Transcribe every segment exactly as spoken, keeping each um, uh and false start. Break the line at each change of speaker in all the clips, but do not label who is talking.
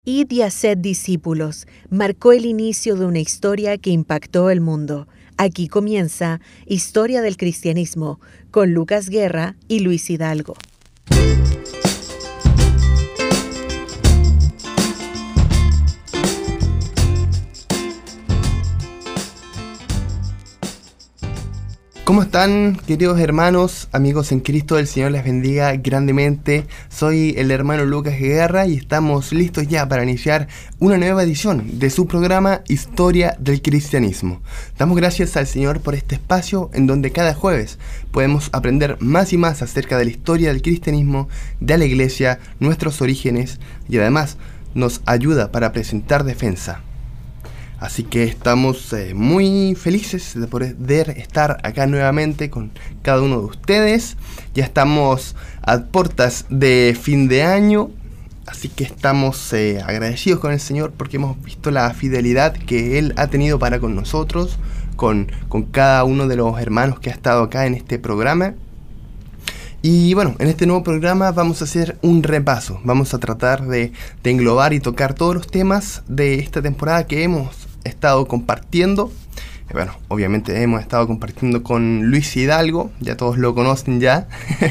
Id y haced discípulos marcó el inicio de una historia que impactó el mundo. Aquí comienza Historia del Cristianismo con Lucas Guerra y Luis Hidalgo.
¿Cómo están, queridos hermanos, amigos en Cristo? El Señor les bendiga grandemente. Soy el hermano Lucas Guerra y estamos listos ya para iniciar una nueva edición de su programa Historia del Cristianismo. Damos gracias al Señor por este espacio en donde cada jueves podemos aprender más y más acerca de la historia del cristianismo, de la iglesia, nuestros orígenes y además nos ayuda para presentar defensa. Así que estamos eh, muy felices de poder estar acá nuevamente con cada uno de ustedes. Ya estamos a puertas de fin de año, así que estamos eh, agradecidos con el Señor porque hemos visto la fidelidad que Él ha tenido para con nosotros, con, con cada uno de los hermanos que ha estado acá en este programa. Y bueno, en este nuevo programa vamos a hacer un repaso. Vamos a tratar de, de englobar y tocar todos los temas de esta temporada que hemos estado compartiendo. Bueno, obviamente hemos estado compartiendo con Luis Hidalgo, ya todos lo conocen ya.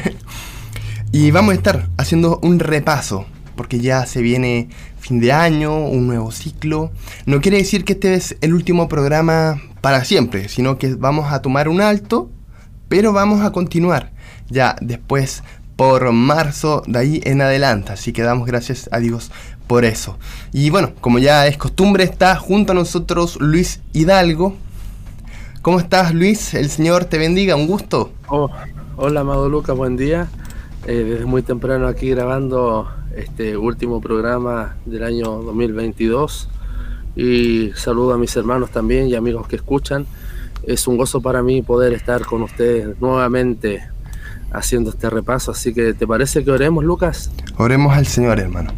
Y vamos a estar haciendo un repaso, porque ya se viene fin de año, un nuevo ciclo. No quiere decir que este es el último programa para siempre, sino que vamos a tomar un alto, pero vamos a continuar ya después por marzo de ahí en adelante. Así que damos gracias a Dios por eso. Y bueno, como ya es costumbre, está junto a nosotros Luis Hidalgo. ¿Cómo estás, Luis? El Señor te bendiga, un gusto.
Oh, hola, amado Lucas, buen día. Eh, desde muy temprano aquí grabando este último programa del año dos mil veintidós. Y saludo a mis hermanos también y amigos que escuchan. Es un gozo para mí poder estar con ustedes nuevamente haciendo este repaso. Así que, ¿te parece que oremos, Lucas?
Oremos al Señor, hermano.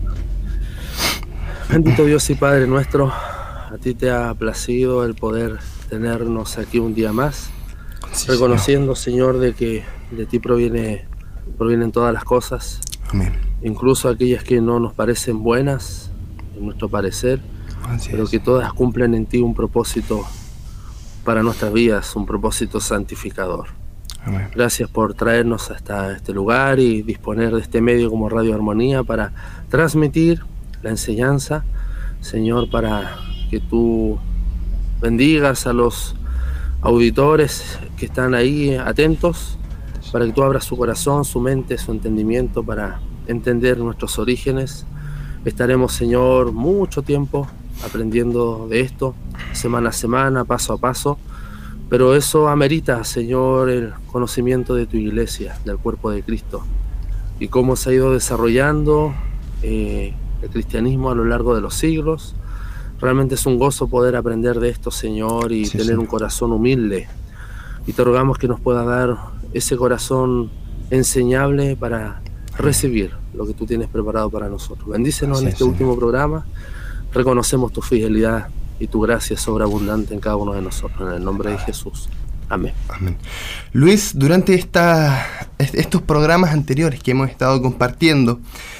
Bendito Dios y Padre nuestro, a ti te ha placido el poder tenernos aquí un día más, sí, reconociendo, Señor, de que de ti proviene, provienen todas las cosas. Amén. Incluso aquellas que no nos parecen buenas, en nuestro parecer, así pero es. Que todas cumplen en ti un propósito para nuestras vidas, un propósito santificador. Amén. Gracias por traernos hasta este lugar y disponer de este medio como Radio Armonía para transmitir la enseñanza, Señor, para que tú bendigas a los auditores que están ahí atentos, para que tú abras su corazón, su mente, su entendimiento para entender nuestros orígenes. Estaremos, Señor, mucho tiempo aprendiendo de esto, semana a semana, paso a paso, pero eso amerita, Señor, el conocimiento de tu iglesia, del cuerpo de Cristo, y cómo se ha ido desarrollando eh, el cristianismo a lo largo de los siglos. Realmente es un gozo poder aprender de esto, Señor, y sí, tener sí. un corazón humilde. Y te rogamos que nos puedas dar ese corazón enseñable para recibir lo que tú tienes preparado para nosotros. Bendícenos sí, en este sí. último programa. Reconocemos tu fidelidad y tu gracia sobreabundante en cada uno de nosotros. En el nombre de Jesús. Amén.
Amén. Luis, durante esta, estos programas anteriores que hemos estado compartiendo,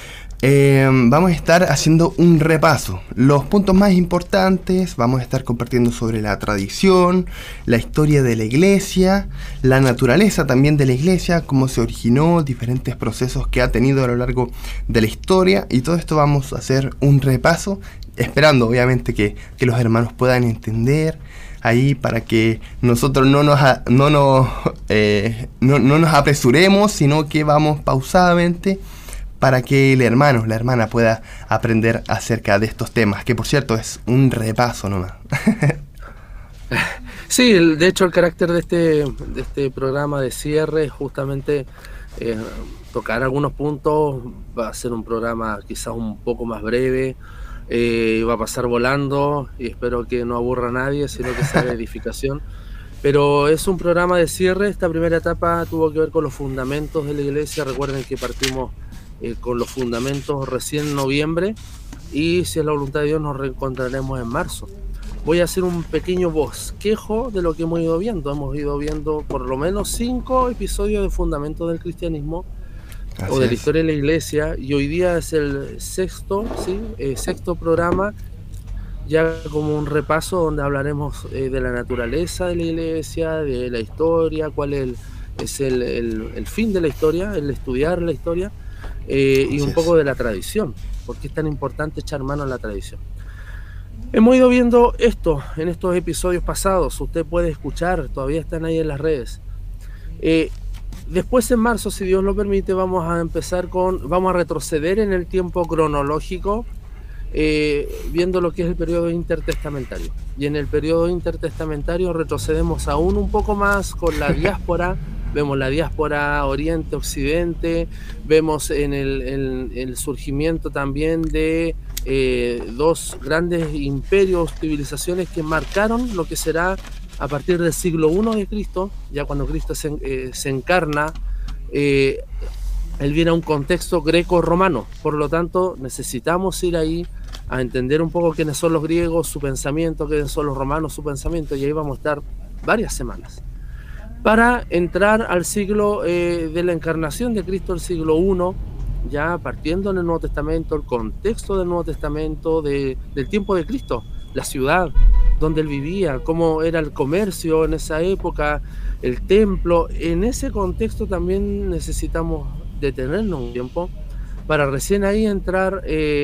Eh, vamos a estar haciendo un repaso, los puntos más importantes. Vamos a estar compartiendo sobre la tradición, la historia de la iglesia, la naturaleza también de la iglesia, cómo se originó, diferentes procesos que ha tenido a lo largo de la historia, y todo esto vamos a hacer un repaso, esperando obviamente que, que los hermanos puedan entender ahí, para que nosotros no nos, no nos, eh, no, no nos apresuremos, sino que vamos pausadamente, para que el hermano, la hermana pueda aprender acerca de estos temas, que por cierto es un repaso nomás.
Sí, de hecho el carácter de este, de este programa de cierre es justamente eh, tocar algunos puntos. Va a ser un programa quizás un poco más breve, eh, va a pasar volando y espero que no aburra a nadie, sino que sea de edificación. Pero es un programa de cierre. Esta primera etapa tuvo que ver con los fundamentos de la iglesia. Recuerden que partimos Eh, con los fundamentos recién en noviembre, y si es la voluntad de Dios nos reencontraremos en marzo. Voy a hacer un pequeño bosquejo de lo que hemos ido viendo. Hemos ido viendo por lo menos cinco episodios de fundamentos del cristianismo, Así o de la es. Historia de la Iglesia, y hoy día es el sexto, ¿sí? eh, sexto programa, ya como un repaso donde hablaremos eh, de la naturaleza de la Iglesia, de la historia, cuál es el, es el, el, el fin de la historia, el estudiar la historia, eh, y un es. poco de la tradición, porque es tan importante echar mano a la tradición. Hemos ido viendo esto en estos episodios pasados, usted puede escuchar, todavía están ahí en las redes. Eh, Después en marzo, si Dios lo permite, vamos a empezar con, vamos a retroceder en el tiempo cronológico, eh, viendo lo que es el periodo intertestamentario. Y en el periodo intertestamentario retrocedemos aún un poco más con la diáspora, vemos la diáspora oriente-occidente, vemos en el, en el surgimiento también de eh, dos grandes imperios, civilizaciones que marcaron lo que será a partir del siglo primero de Cristo, ya cuando Cristo se, eh, se encarna, eh, Él viene a un contexto greco-romano. Por lo tanto, necesitamos ir ahí a entender un poco quiénes son los griegos, su pensamiento, quiénes son los romanos, su pensamiento, y ahí vamos a estar varias semanas. Para entrar al siglo eh, de la encarnación de Cristo, el siglo primero, ya partiendo en el Nuevo Testamento, el contexto del Nuevo Testamento, de, del tiempo de Cristo, la ciudad donde él vivía, cómo era el comercio en esa época, el templo. En ese contexto también necesitamos detenernos un tiempo para recién ahí entrar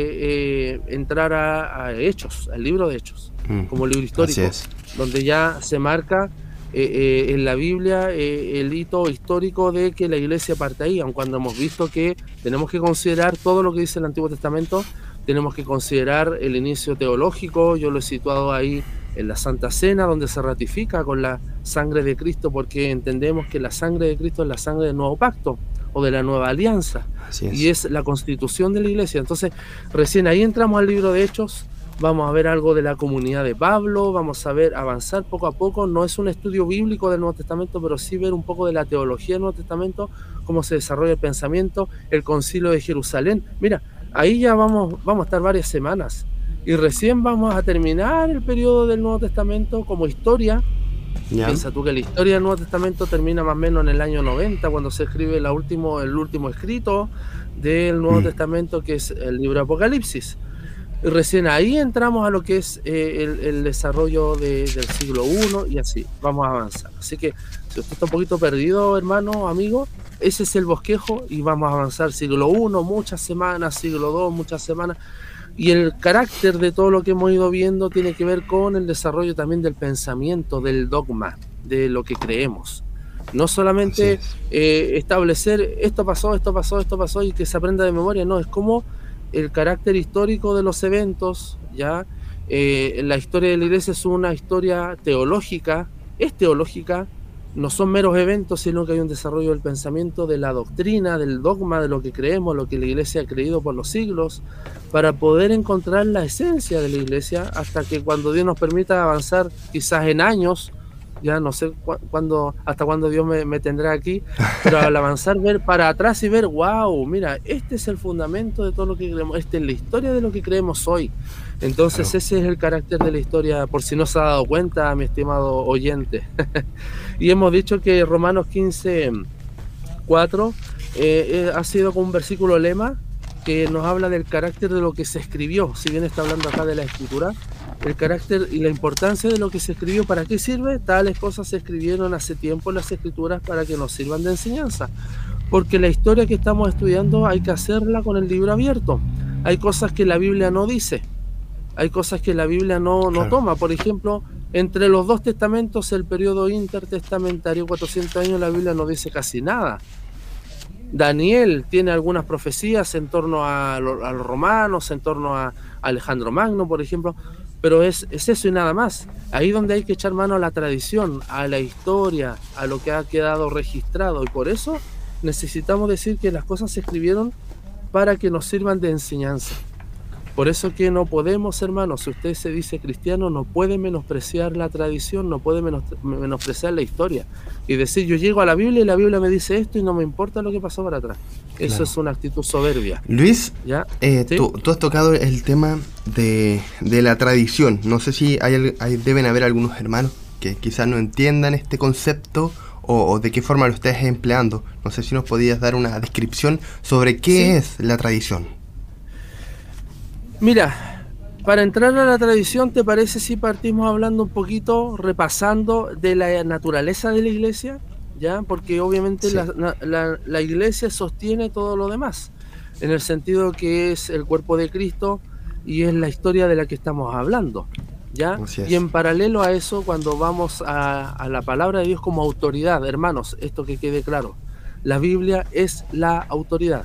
eh, eh, entrar a, a Hechos, al libro de Hechos, mm, como libro histórico, donde ya se marca eh, eh, en la Biblia eh, el hito histórico de que la iglesia parte ahí, aun cuando hemos visto que tenemos que considerar todo lo que dice el Antiguo Testamento, tenemos que considerar el inicio teológico. Yo lo he situado ahí en la Santa Cena, donde se ratifica con la sangre de Cristo, porque entendemos que la sangre de Cristo es la sangre del nuevo pacto o de la nueva alianza, es. y es la constitución de la iglesia. Entonces, recién ahí entramos al libro de Hechos, vamos a ver algo de la comunidad de Pablo, vamos a ver avanzar poco a poco. No es un estudio bíblico del Nuevo Testamento, pero sí ver un poco de la teología del Nuevo Testamento, cómo se desarrolla el pensamiento, el concilio de Jerusalén. Mira, ahí ya vamos, vamos a estar varias semanas. Y recién vamos a terminar el periodo del Nuevo Testamento como historia. Yeah. Piensa tú que la historia del Nuevo Testamento termina más o menos en el año noventa, cuando se escribe la último, el último escrito del Nuevo mm. Testamento, que es el libro de Apocalipsis. Y recién ahí entramos a lo que es eh, el, el desarrollo de, del siglo primero, y así vamos a avanzar. Así que si usted está un poquito perdido, hermano, amigo, ese es el bosquejo, y vamos a avanzar siglo primero, muchas semanas, siglo segundo, muchas semanas. Y el carácter de todo lo que hemos ido viendo tiene que ver con el desarrollo también del pensamiento, del dogma, de lo que creemos. No solamente eh, establecer esto pasó, esto pasó, esto pasó y que se aprenda de memoria, no, es como el carácter histórico de los eventos, ya. Eh, la historia de la iglesia es una historia teológica, es teológica, no son meros eventos, sino que hay un desarrollo del pensamiento, de la doctrina, del dogma, de lo que creemos, lo que la iglesia ha creído por los siglos, para poder encontrar la esencia de la iglesia, hasta que cuando Dios nos permita avanzar, quizás en años, ya no sé cu cuándo, hasta cuándo Dios me, me tendrá aquí, pero al avanzar, ver para atrás y ver, wow, mira, este es el fundamento de todo lo que creemos, esta es la historia de lo que creemos hoy. Entonces claro. Ese es el carácter de la historia, por si no se ha dado cuenta, mi estimado oyente. Y hemos dicho que Romanos quince, cuatro eh, eh, ha sido como un versículo lema que nos habla del carácter de lo que se escribió. Si bien está hablando acá de la escritura, el carácter y la importancia de lo que se escribió. ¿Para qué sirve? Tales cosas se escribieron hace tiempo en las escrituras para que nos sirvan de enseñanza. Porque la historia que estamos estudiando hay que hacerla con el libro abierto. Hay cosas que la Biblia no dice. Hay cosas que la Biblia no, no claro. toma. Por ejemplo, entre los dos testamentos, el periodo intertestamentario, cuatrocientos años, la Biblia no dice casi nada. Daniel tiene algunas profecías en torno a, a los romanos, en torno a Alejandro Magno, por ejemplo, pero es, es eso y nada más. Ahí donde hay que echar mano a la tradición, a la historia, a lo que ha quedado registrado, y por eso necesitamos decir que las cosas se escribieron para que nos sirvan de enseñanza. Por eso que no podemos, hermanos, si usted se dice cristiano, no puede menospreciar la tradición, no puede menos, menospreciar la historia y decir, yo llego a la Biblia y la Biblia me dice esto y no me importa lo que pasó para atrás. Eso claro. es una actitud soberbia.
Luis, ¿ya? Eh, ¿Sí? tú, tú has tocado el tema de, de la tradición. No sé si hay, hay, deben haber algunos hermanos que quizás no entiendan este concepto, o, o de qué forma lo estés empleando. No sé si nos podías dar una descripción sobre qué sí. es la tradición.
Mira, para entrar a la tradición, ¿te parece si partimos hablando un poquito, repasando de la naturaleza de la iglesia? ¿Ya? Porque obviamente sí. la, la, la iglesia sostiene todo lo demás, en el sentido que es el cuerpo de Cristo y es la historia de la que estamos hablando, ¿ya? Y en paralelo a eso, cuando vamos a, a la palabra de Dios como autoridad, hermanos, esto que quede claro, la Biblia es la autoridad.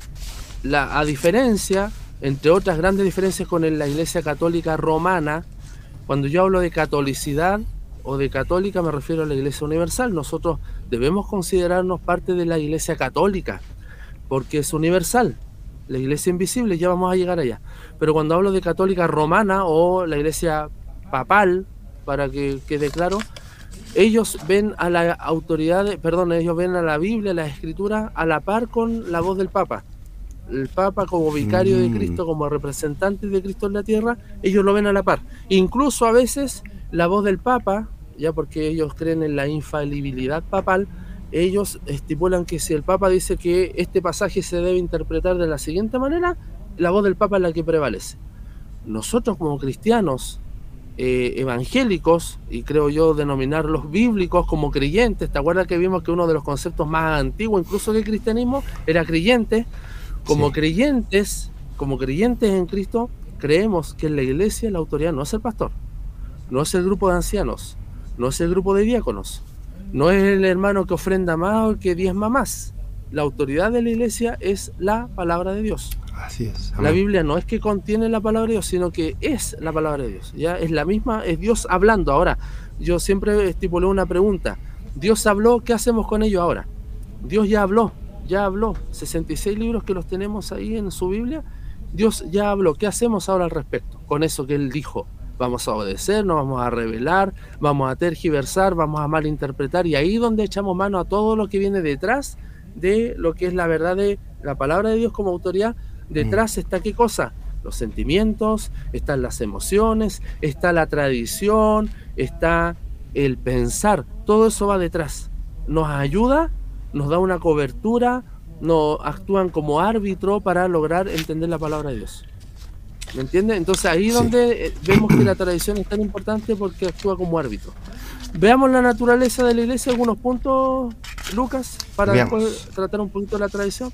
La, a diferencia, entre otras grandes diferencias con la Iglesia Católica Romana, cuando yo hablo de catolicidad o de católica me refiero a la Iglesia Universal. Nosotros debemos considerarnos parte de la Iglesia Católica, porque es universal. La Iglesia invisible, ya vamos a llegar allá. Pero cuando hablo de católica romana o la Iglesia papal, para que quede claro, ellos ven a la autoridad, perdón, ellos ven a la Biblia, a la Escritura, a la par con la voz del Papa. El Papa como vicario mm. de Cristo, como representante de Cristo en la tierra, ellos lo ven a la par. Incluso a veces la voz del Papa, ya porque ellos creen en la infalibilidad papal, ellos estipulan que si el Papa dice que este pasaje se debe interpretar de la siguiente manera, la voz del Papa es la que prevalece. Nosotros como cristianos eh, evangélicos, y creo yo denominarlos bíblicos como creyentes, ¿te acuerdas que vimos que uno de los conceptos más antiguos incluso del cristianismo era creyente? Como sí. creyentes, como creyentes en Cristo, creemos que en la iglesia la autoridad no es el pastor, no es el grupo de ancianos, no es el grupo de diáconos, no es el hermano que ofrenda más o el que diezma más. La autoridad de la iglesia es la palabra de Dios.
Así es. Amén.
La Biblia no es que contiene la palabra de Dios, sino que es la palabra de Dios. Ya es la misma, es Dios hablando. Ahora, yo siempre estipulé una pregunta. Dios habló, ¿qué hacemos con ello ahora? Dios ya habló, ya habló. sesenta y seis libros que los tenemos ahí en su Biblia. Dios ya habló. ¿Qué hacemos ahora al respecto? Con eso que Él dijo. Vamos a obedecer, nos vamos a rebelar, vamos a tergiversar, vamos a malinterpretar, y ahí donde echamos mano a todo lo que viene detrás de lo que es la verdad de la palabra de Dios como autoridad. Detrás está ¿qué cosa? Los sentimientos, están las emociones, está la tradición, está el pensar, todo eso va detrás. Nos ayuda, nos da una cobertura, nos actúan como árbitro para lograr entender la palabra de Dios. ¿Me entiendes? Entonces ahí es sí. donde vemos que la tradición es tan importante, porque actúa como árbitro. Veamos la naturaleza de la iglesia, algunos puntos, Lucas, para Veamos. después tratar un poquito de la tradición.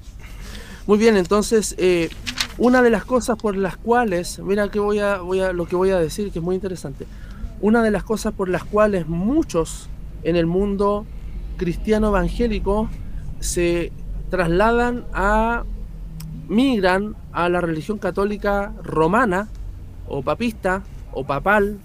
Muy bien, entonces, eh, una de las cosas por las cuales, mira que voy a, voy a, lo que voy a decir, que es muy interesante. Una de las cosas por las cuales muchos en el mundo cristiano evangélico se trasladan a migran a la religión católica romana o papista o papal,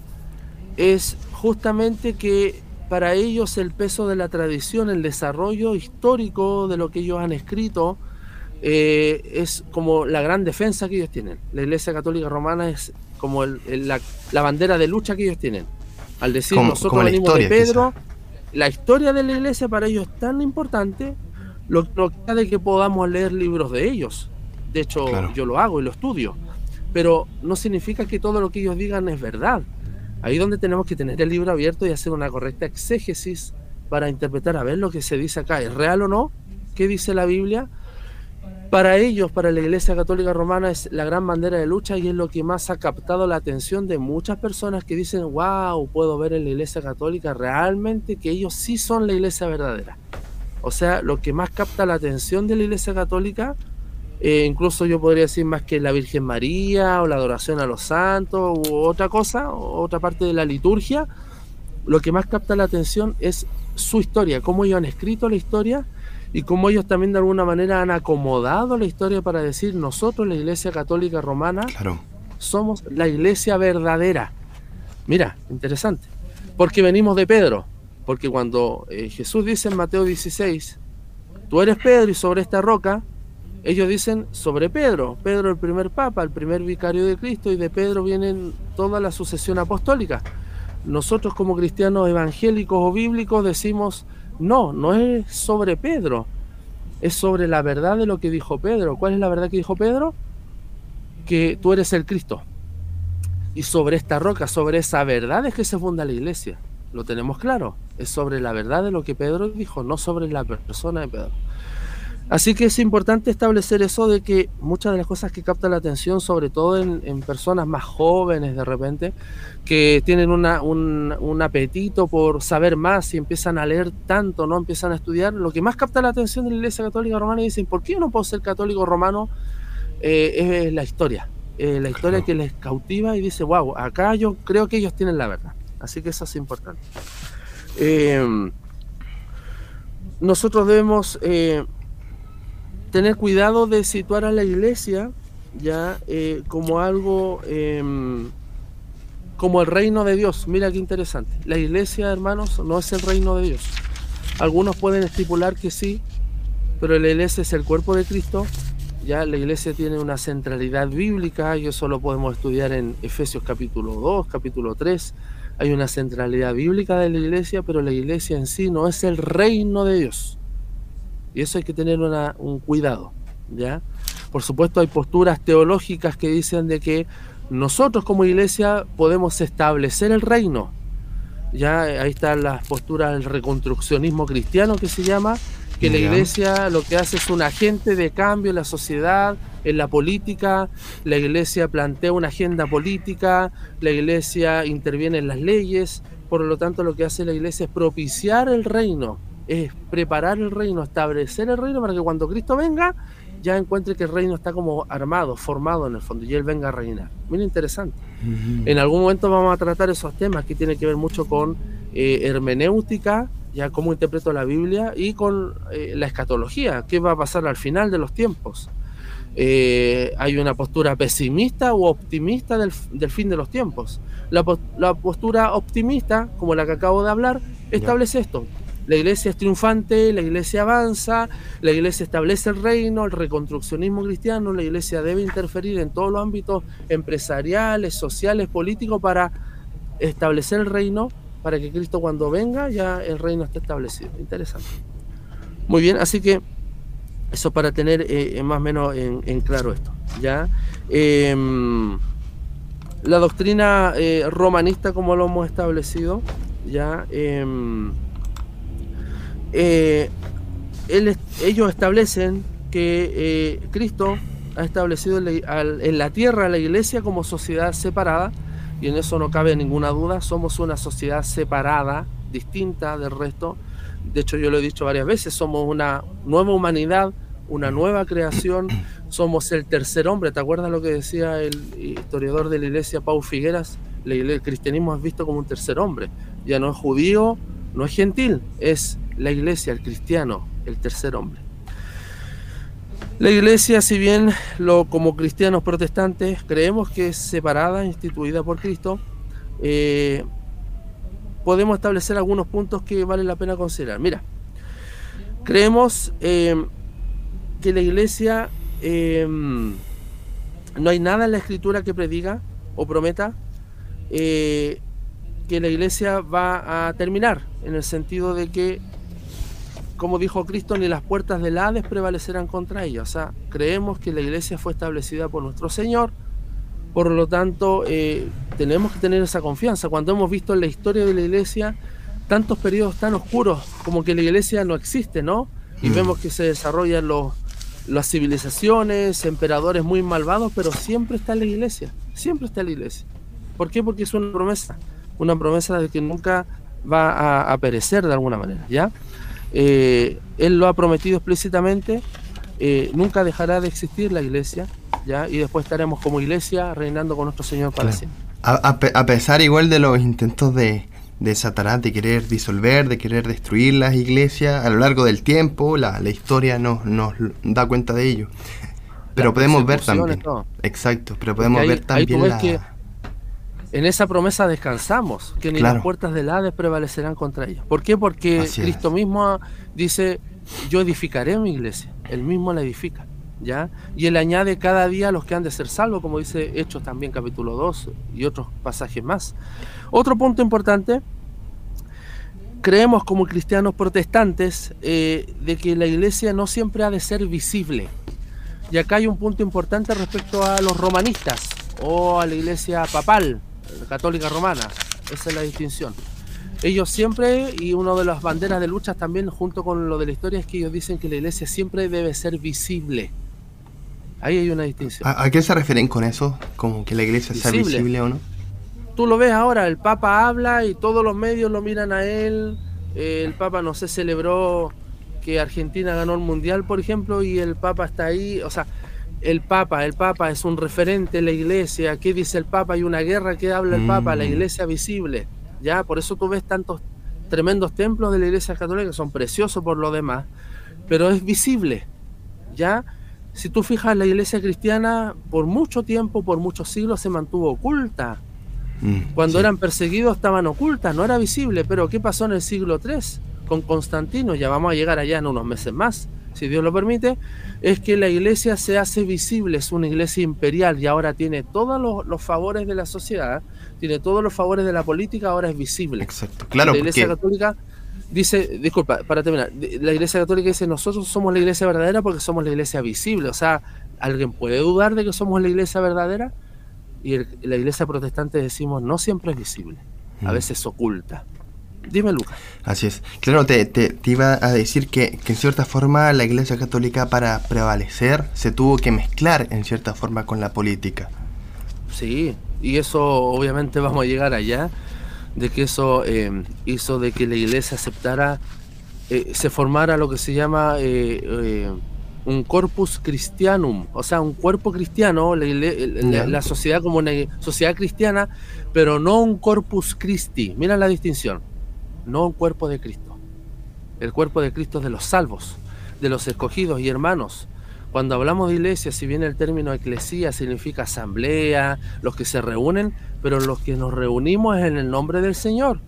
es justamente que para ellos el peso de la tradición, el desarrollo histórico de lo que ellos han escrito, eh, es como la gran defensa que ellos tienen. La Iglesia Católica Romana es como el, el, la, la bandera de lucha que ellos tienen. Al decir como, nosotros como venimos historia, de Pedro, quizá. La historia de la iglesia para ellos es tan importante, lo que nos queda de que podamos leer libros de ellos. De hecho, claro. yo lo hago y lo estudio, pero no significa que todo lo que ellos digan es verdad. Ahí donde tenemos que tener el libro abierto y hacer una correcta exégesis para interpretar a ver lo que se dice acá, ¿es real o no? ¿Qué dice la Biblia? Para ellos, para la Iglesia Católica Romana, es la gran bandera de lucha y es lo que más ha captado la atención de muchas personas que dicen, wow, puedo ver en la Iglesia Católica realmente que ellos sí son la iglesia verdadera. O sea, lo que más capta la atención de la Iglesia Católica, eh, incluso yo podría decir más que la Virgen María o la adoración a los santos u otra cosa, o otra parte de la liturgia, lo que más capta la atención es su historia, cómo ellos han escrito la historia y cómo ellos también de alguna manera han acomodado la historia para decir, nosotros la Iglesia Católica Romana
claro.
somos la iglesia verdadera. Mira, interesante, porque venimos de Pedro, porque cuando eh, Jesús dice en Mateo dieciséis, tú eres Pedro y sobre esta roca, ellos dicen sobre Pedro, Pedro el primer papa, el primer vicario de Cristo, y de Pedro viene toda la sucesión apostólica. Nosotros como cristianos evangélicos o bíblicos decimos, no, no es sobre Pedro, es sobre la verdad de lo que dijo Pedro. ¿Cuál es la verdad que dijo Pedro? Que tú eres el Cristo. Y sobre esta roca, sobre esa verdad es que se funda la iglesia. ¿Lo tenemos claro? es sobre la verdad de lo que Pedro dijo, no sobre la persona de Pedro. Así que es importante establecer eso de que muchas de las cosas que captan la atención, sobre todo en, en personas más jóvenes de repente, que tienen una, un, un apetito por saber más y empiezan a leer tanto, no empiezan a estudiar, lo que más capta la atención de la Iglesia Católica Romana y dicen, ¿por qué yo no puedo ser católico romano? Eh, es la historia, eh, la historia que les cautiva y dice, wow, acá yo creo que ellos tienen la verdad. Así que eso es importante. Eh, nosotros debemos... Eh, tener cuidado de situar a la iglesia ya eh, como algo eh, como el reino de Dios. Mira qué interesante, la iglesia, hermanos, no es el reino de Dios. Algunos pueden estipular que sí, pero la iglesia es el cuerpo de Cristo. Ya la iglesia tiene una centralidad bíblica y eso lo podemos estudiar en Efesios capítulo dos, capítulo tres. Hay una centralidad bíblica de la iglesia, pero la iglesia en sí no es el reino de Dios. Y eso hay que tener una, un cuidado, ¿ya? Por supuesto hay posturas teológicas que dicen de que nosotros como iglesia podemos establecer el reino. Ya ahí están las posturas del reconstruccionismo cristiano que se llama, que la iglesia lo que hace es un agente de cambio en la sociedad, en la política. La iglesia plantea una agenda política, la iglesia interviene en las leyes, por lo tanto lo que hace la iglesia es propiciar el reino, es preparar el reino, establecer el reino para que cuando Cristo venga ya encuentre que el reino está como armado, formado en el fondo y Él venga a reinar. Muy interesante. Uh-huh. En algún momento vamos a tratar esos temas que tienen que ver mucho con eh, hermenéutica, ya cómo interpreto la Biblia, y con eh, la escatología, qué va a pasar al final de los tiempos. Eh, hay una postura pesimista u optimista del, del fin de los tiempos. La, la postura optimista, como la que acabo de hablar, establece yeah. esto. La iglesia es triunfante, la iglesia avanza, la iglesia establece el reino, el reconstruccionismo cristiano, la iglesia debe interferir en todos los ámbitos empresariales, sociales, políticos para establecer el reino, para que Cristo cuando venga ya el reino esté establecido. Interesante. Muy bien, así que eso para tener eh, más o menos en, en claro esto. ¿Ya? Eh, la doctrina eh, romanista, como lo hemos establecido, ya... Eh, Eh, él, ellos establecen que eh, Cristo ha establecido en la, en la tierra la iglesia como sociedad separada, y en eso no cabe ninguna duda. Somos una sociedad separada, distinta del resto. De hecho, yo lo he dicho varias veces, somos una nueva humanidad, una nueva creación, somos el tercer hombre. ¿Te acuerdas lo que decía el historiador de la iglesia, Paul Figueras? El cristianismo es visto como un tercer hombre, ya no es judío, no es gentil, es la iglesia, el cristiano, el tercer hombre. La iglesia, si bien lo, como cristianos protestantes creemos que es separada, instituida por Cristo, eh, podemos establecer algunos puntos que vale la pena considerar. Mira, creemos eh, que la iglesia, eh, no hay nada en la escritura que prediga o prometa eh, que la iglesia va a terminar, en el sentido de que, como dijo Cristo, ni las puertas del Hades prevalecerán contra ella. O sea, creemos que la iglesia fue establecida por nuestro Señor, por lo tanto eh, tenemos que tener esa confianza. Cuando hemos visto en la historia de la iglesia tantos periodos tan oscuros, como que la iglesia no existe, ¿no? Y mm. vemos que se desarrollan los, las civilizaciones, emperadores muy malvados, pero siempre está la iglesia, siempre está la iglesia. ¿Por qué? Porque es una promesa, una promesa de que nunca va a, a perecer de alguna manera, ¿ya? Eh, él lo ha prometido explícitamente, eh, nunca dejará de existir la iglesia, ¿ya? Y después estaremos como iglesia reinando con nuestro Señor para
claro.
siempre.
A, a, a pesar igual de los intentos de, de Satanás de querer disolver, de querer destruir las iglesias a lo largo del tiempo, la, la historia nos, nos da cuenta de ello. Pero las podemos ver también, no. exacto, pero podemos ahí, ver también la... que
en esa promesa descansamos, que ni claro. las puertas del Hades prevalecerán contra ella. ¿Por qué? Porque Así Cristo es. mismo dice, yo edificaré mi iglesia, Él mismo la edifica, ¿ya? Y Él añade cada día a los que han de ser salvos, como dice Hechos también capítulo dos y otros pasajes más. Otro punto importante, creemos como cristianos protestantes eh, de que la iglesia no siempre ha de ser visible. Y acá hay un punto importante respecto a los romanistas o a la iglesia papal, la católica romana. Esa es la distinción. ellos siempre, y una de las banderas de lucha también junto con lo de la historia, es que ellos dicen que la iglesia siempre debe ser visible. Ahí hay una distinción.
¿A, a qué se refieren con eso? ¿Como que la iglesia visible. sea visible o no?
Tú lo ves ahora, el Papa habla y todos los medios lo miran a él. Eh, el Papa, no sé, celebró que Argentina ganó el Mundial, por ejemplo, y el Papa está ahí. O sea, el Papa, el Papa es un referente en la iglesia. ¿Qué dice el Papa? Hay una guerra, ¿qué habla el mm. Papa? La iglesia visible. Ya, por eso tú ves tantos tremendos templos de la iglesia católica que son preciosos por lo demás, pero es visible. Ya, si tú fijas, la iglesia cristiana por mucho tiempo, por muchos siglos se mantuvo oculta. Mm, Cuando sí. eran perseguidos estaban ocultas, no era visible. Pero ¿qué pasó en el siglo tres con Constantino? Ya vamos a llegar allá en unos meses más, si Dios lo permite. Es que la iglesia se hace visible, es una iglesia imperial y ahora tiene todos los, los favores de la sociedad, tiene todos los favores de la política, ahora es visible.
Exacto, claro.
La iglesia
porque...
católica dice, disculpa, para terminar, la iglesia católica dice, nosotros somos la iglesia verdadera porque somos la iglesia visible. O sea, ¿alguien puede dudar de que somos la iglesia verdadera? Y el, la iglesia protestante decimos, no siempre es visible, a veces es oculta. Dime, Lucas.
Así es. Claro, te, te, te iba a decir que, que en cierta forma la iglesia católica, para prevalecer, se tuvo que mezclar en cierta forma con la política.
Sí, y eso obviamente vamos a llegar allá, de que eso eh, hizo de que la iglesia aceptara, eh, se formara lo que se llama eh, eh, un corpus christianum, o sea, un cuerpo cristiano, la, la, la sociedad como una sociedad cristiana, pero no un corpus Christi. Mira la distinción, no un cuerpo de Cristo. El cuerpo de Cristo es de los salvos, de los escogidos y hermanos. Cuando hablamos de iglesia, si bien el término eclesía significa asamblea, los que se reúnen, pero los que nos reunimos es en el nombre del Señor.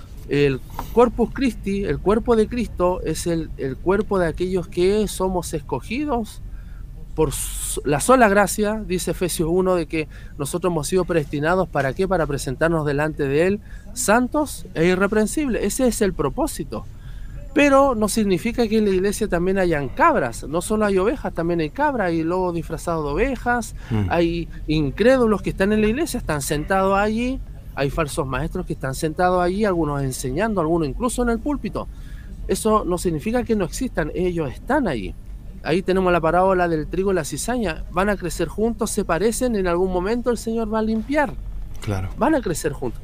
El Corpus Christi, el cuerpo de Cristo, es el, el cuerpo de aquellos que somos escogidos por la sola gracia, dice Efesios uno, de que nosotros hemos sido predestinados, ¿para qué? Para presentarnos delante de Él santos e irreprensibles. Ese es el propósito. Pero no significa que en la iglesia también hayan cabras. No solo hay ovejas, también hay cabras, hay lobos disfrazados de ovejas, mm. hay incrédulos que están en la iglesia, están sentados allí. Hay falsos maestros que están sentados allí, algunos enseñando, algunos incluso en el púlpito. Eso no significa que no existan, ellos están allí. Ahí tenemos la parábola del trigo y la cizaña. Van a crecer juntos, se parecen, en algún momento el Señor va a limpiar.
Claro.
Van a crecer juntos.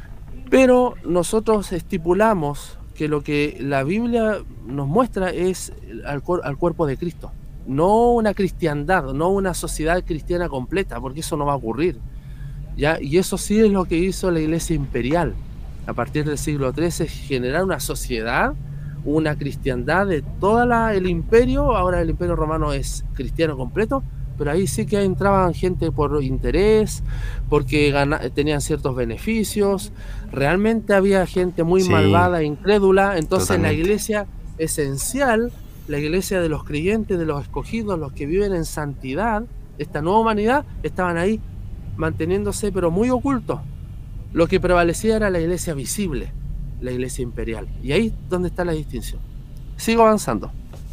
Pero nosotros estipulamos que lo que la Biblia nos muestra es al, al cuerpo de Cristo. No una cristiandad, no una sociedad cristiana completa, porque eso no va a ocurrir. ¿Ya? Y eso sí es lo que hizo la iglesia imperial a partir del siglo trece, generar una sociedad, una cristiandad de todo el imperio. Ahora el imperio romano es cristiano completo, pero ahí sí que entraban gente por interés, porque gana, tenían ciertos beneficios. Realmente había gente muy sí, malvada, incrédula. Entonces totalmente. La iglesia esencial, la iglesia de los creyentes, de los escogidos, los que viven en santidad, esta nueva humanidad, estaban ahí manteniéndose pero muy ocultos. Lo que prevalecía era la iglesia visible, la iglesia imperial. Y ahí es donde está la distinción. Sigo avanzando.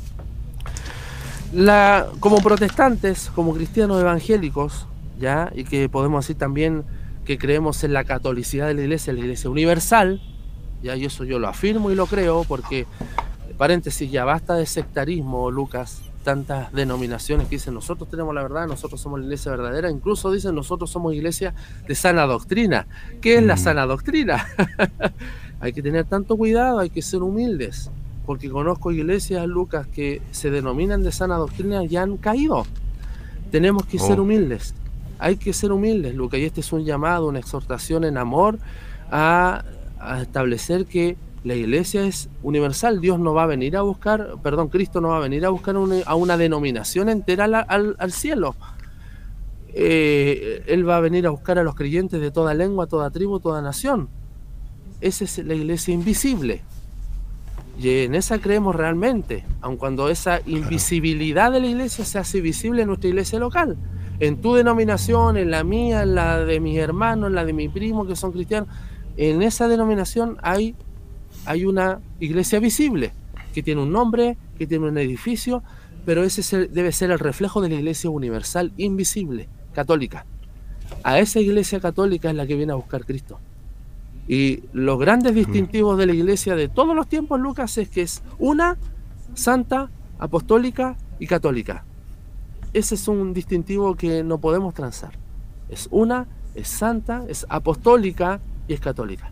La, como protestantes, como cristianos evangélicos, ya, y que podemos decir también que creemos en la catolicidad de la iglesia, la iglesia universal, ya, y eso yo lo afirmo y lo creo, porque, paréntesis, ya basta de sectarismo, Lucas. Tantas denominaciones que dicen nosotros tenemos la verdad, nosotros somos la iglesia verdadera, incluso dicen nosotros somos iglesia de sana doctrina. ¿Qué es mm. la sana doctrina? Hay que tener tanto cuidado, hay que ser humildes, porque conozco iglesias, Lucas, que se denominan de sana doctrina y han caído. Tenemos que oh. ser humildes, hay que ser humildes, Lucas, y este es un llamado, una exhortación en amor a, a establecer que la iglesia es universal. Dios no va a venir a buscar, perdón, Cristo no va a venir a buscar una, a una denominación entera al, al, al cielo. Eh, él va a venir a buscar a los creyentes de toda lengua, toda tribu, toda nación. Esa es la iglesia invisible. Y en esa creemos realmente, aun cuando esa invisibilidad de la iglesia se hace visible en nuestra iglesia local. En tu denominación, en la mía, en la de mis hermanos, en la de mi primo que son cristianos, en esa denominación hay hay una iglesia visible, que tiene un nombre, que tiene un edificio, pero ese es el, debe ser el reflejo de la iglesia universal, invisible, católica. A esa iglesia católica es la que viene a buscar Cristo. Y los grandes distintivos de la iglesia de todos los tiempos, Lucas, es que es una, santa, apostólica y católica. Ese es un distintivo que no podemos transar. Es una, es santa, es apostólica y es católica.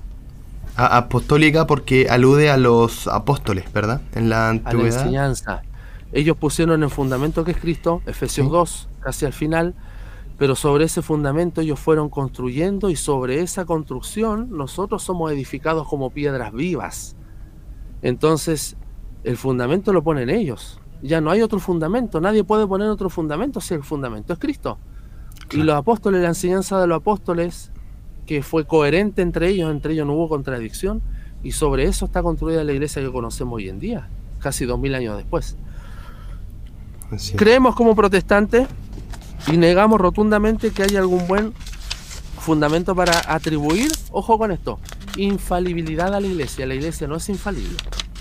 A- apostólica porque alude a los apóstoles, ¿verdad? En la
A la
antigüedad.
enseñanza. Ellos pusieron el fundamento que es Cristo, Efesios
Sí.
dos, casi al final, pero sobre ese fundamento ellos fueron construyendo y sobre esa construcción nosotros somos edificados como piedras vivas. Entonces, el fundamento lo ponen ellos. Ya no hay otro fundamento, nadie puede poner otro fundamento si el fundamento es Cristo.
Claro.
Y los apóstoles, la enseñanza de los apóstoles, que fue coherente entre ellos, entre ellos no hubo contradicción, y sobre eso está construida la iglesia que conocemos hoy en día, casi dos mil años después.
Así es.
Creemos como protestantes y negamos rotundamente que haya algún buen fundamento para atribuir, ojo con esto, infalibilidad a la iglesia. La iglesia no es infalible.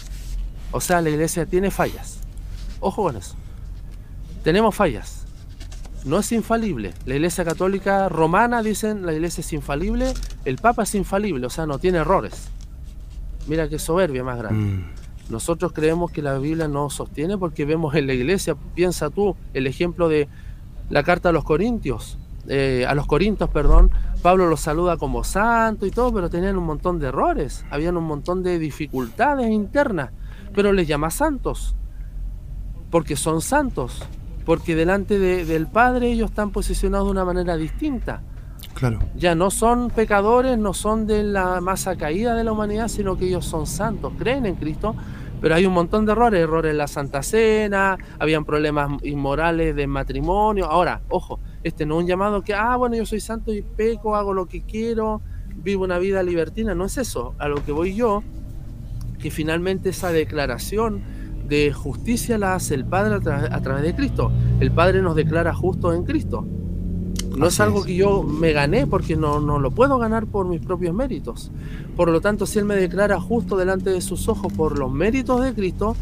O sea, la iglesia tiene fallas. Ojo con eso. Tenemos fallas. No es infalible. La iglesia católica romana, dicen, la iglesia es infalible. El papa es infalible, o sea, no tiene errores. Mira qué soberbia más grande.
Mm,
Nosotros creemos que la Biblia no sostiene porque vemos en la iglesia, piensa tú, el ejemplo de la carta a los Corintios, eh, a los Corintios, perdón, Pablo los saluda como santos y todo, pero tenían un montón de errores, habían un montón de dificultades internas, pero les llama santos, porque son santos, porque delante de- del Padre ellos están posicionados de una manera distinta.
claro.
Ya no son pecadores, no son de la masa caída de la humanidad, sino que ellos son santos, creen en Cristo, pero hay un montón de errores, errores en la Santa Cena, habían problemas inmorales de matrimonio. Ahora, ojo, este no es un llamado que, ah, bueno, yo soy santo y peco, hago lo que quiero, vivo una vida libertina, no es eso. A lo que voy yo, que finalmente esa declaración de justicia la hace el Padre a, tra- a través de Cristo. El Padre nos declara justos en Cristo. No es
Así
algo
es.
que yo me gané porque no, no lo puedo ganar por mis propios méritos. Por lo tanto, si Él me declara justo delante de sus ojos por los méritos de Cristo,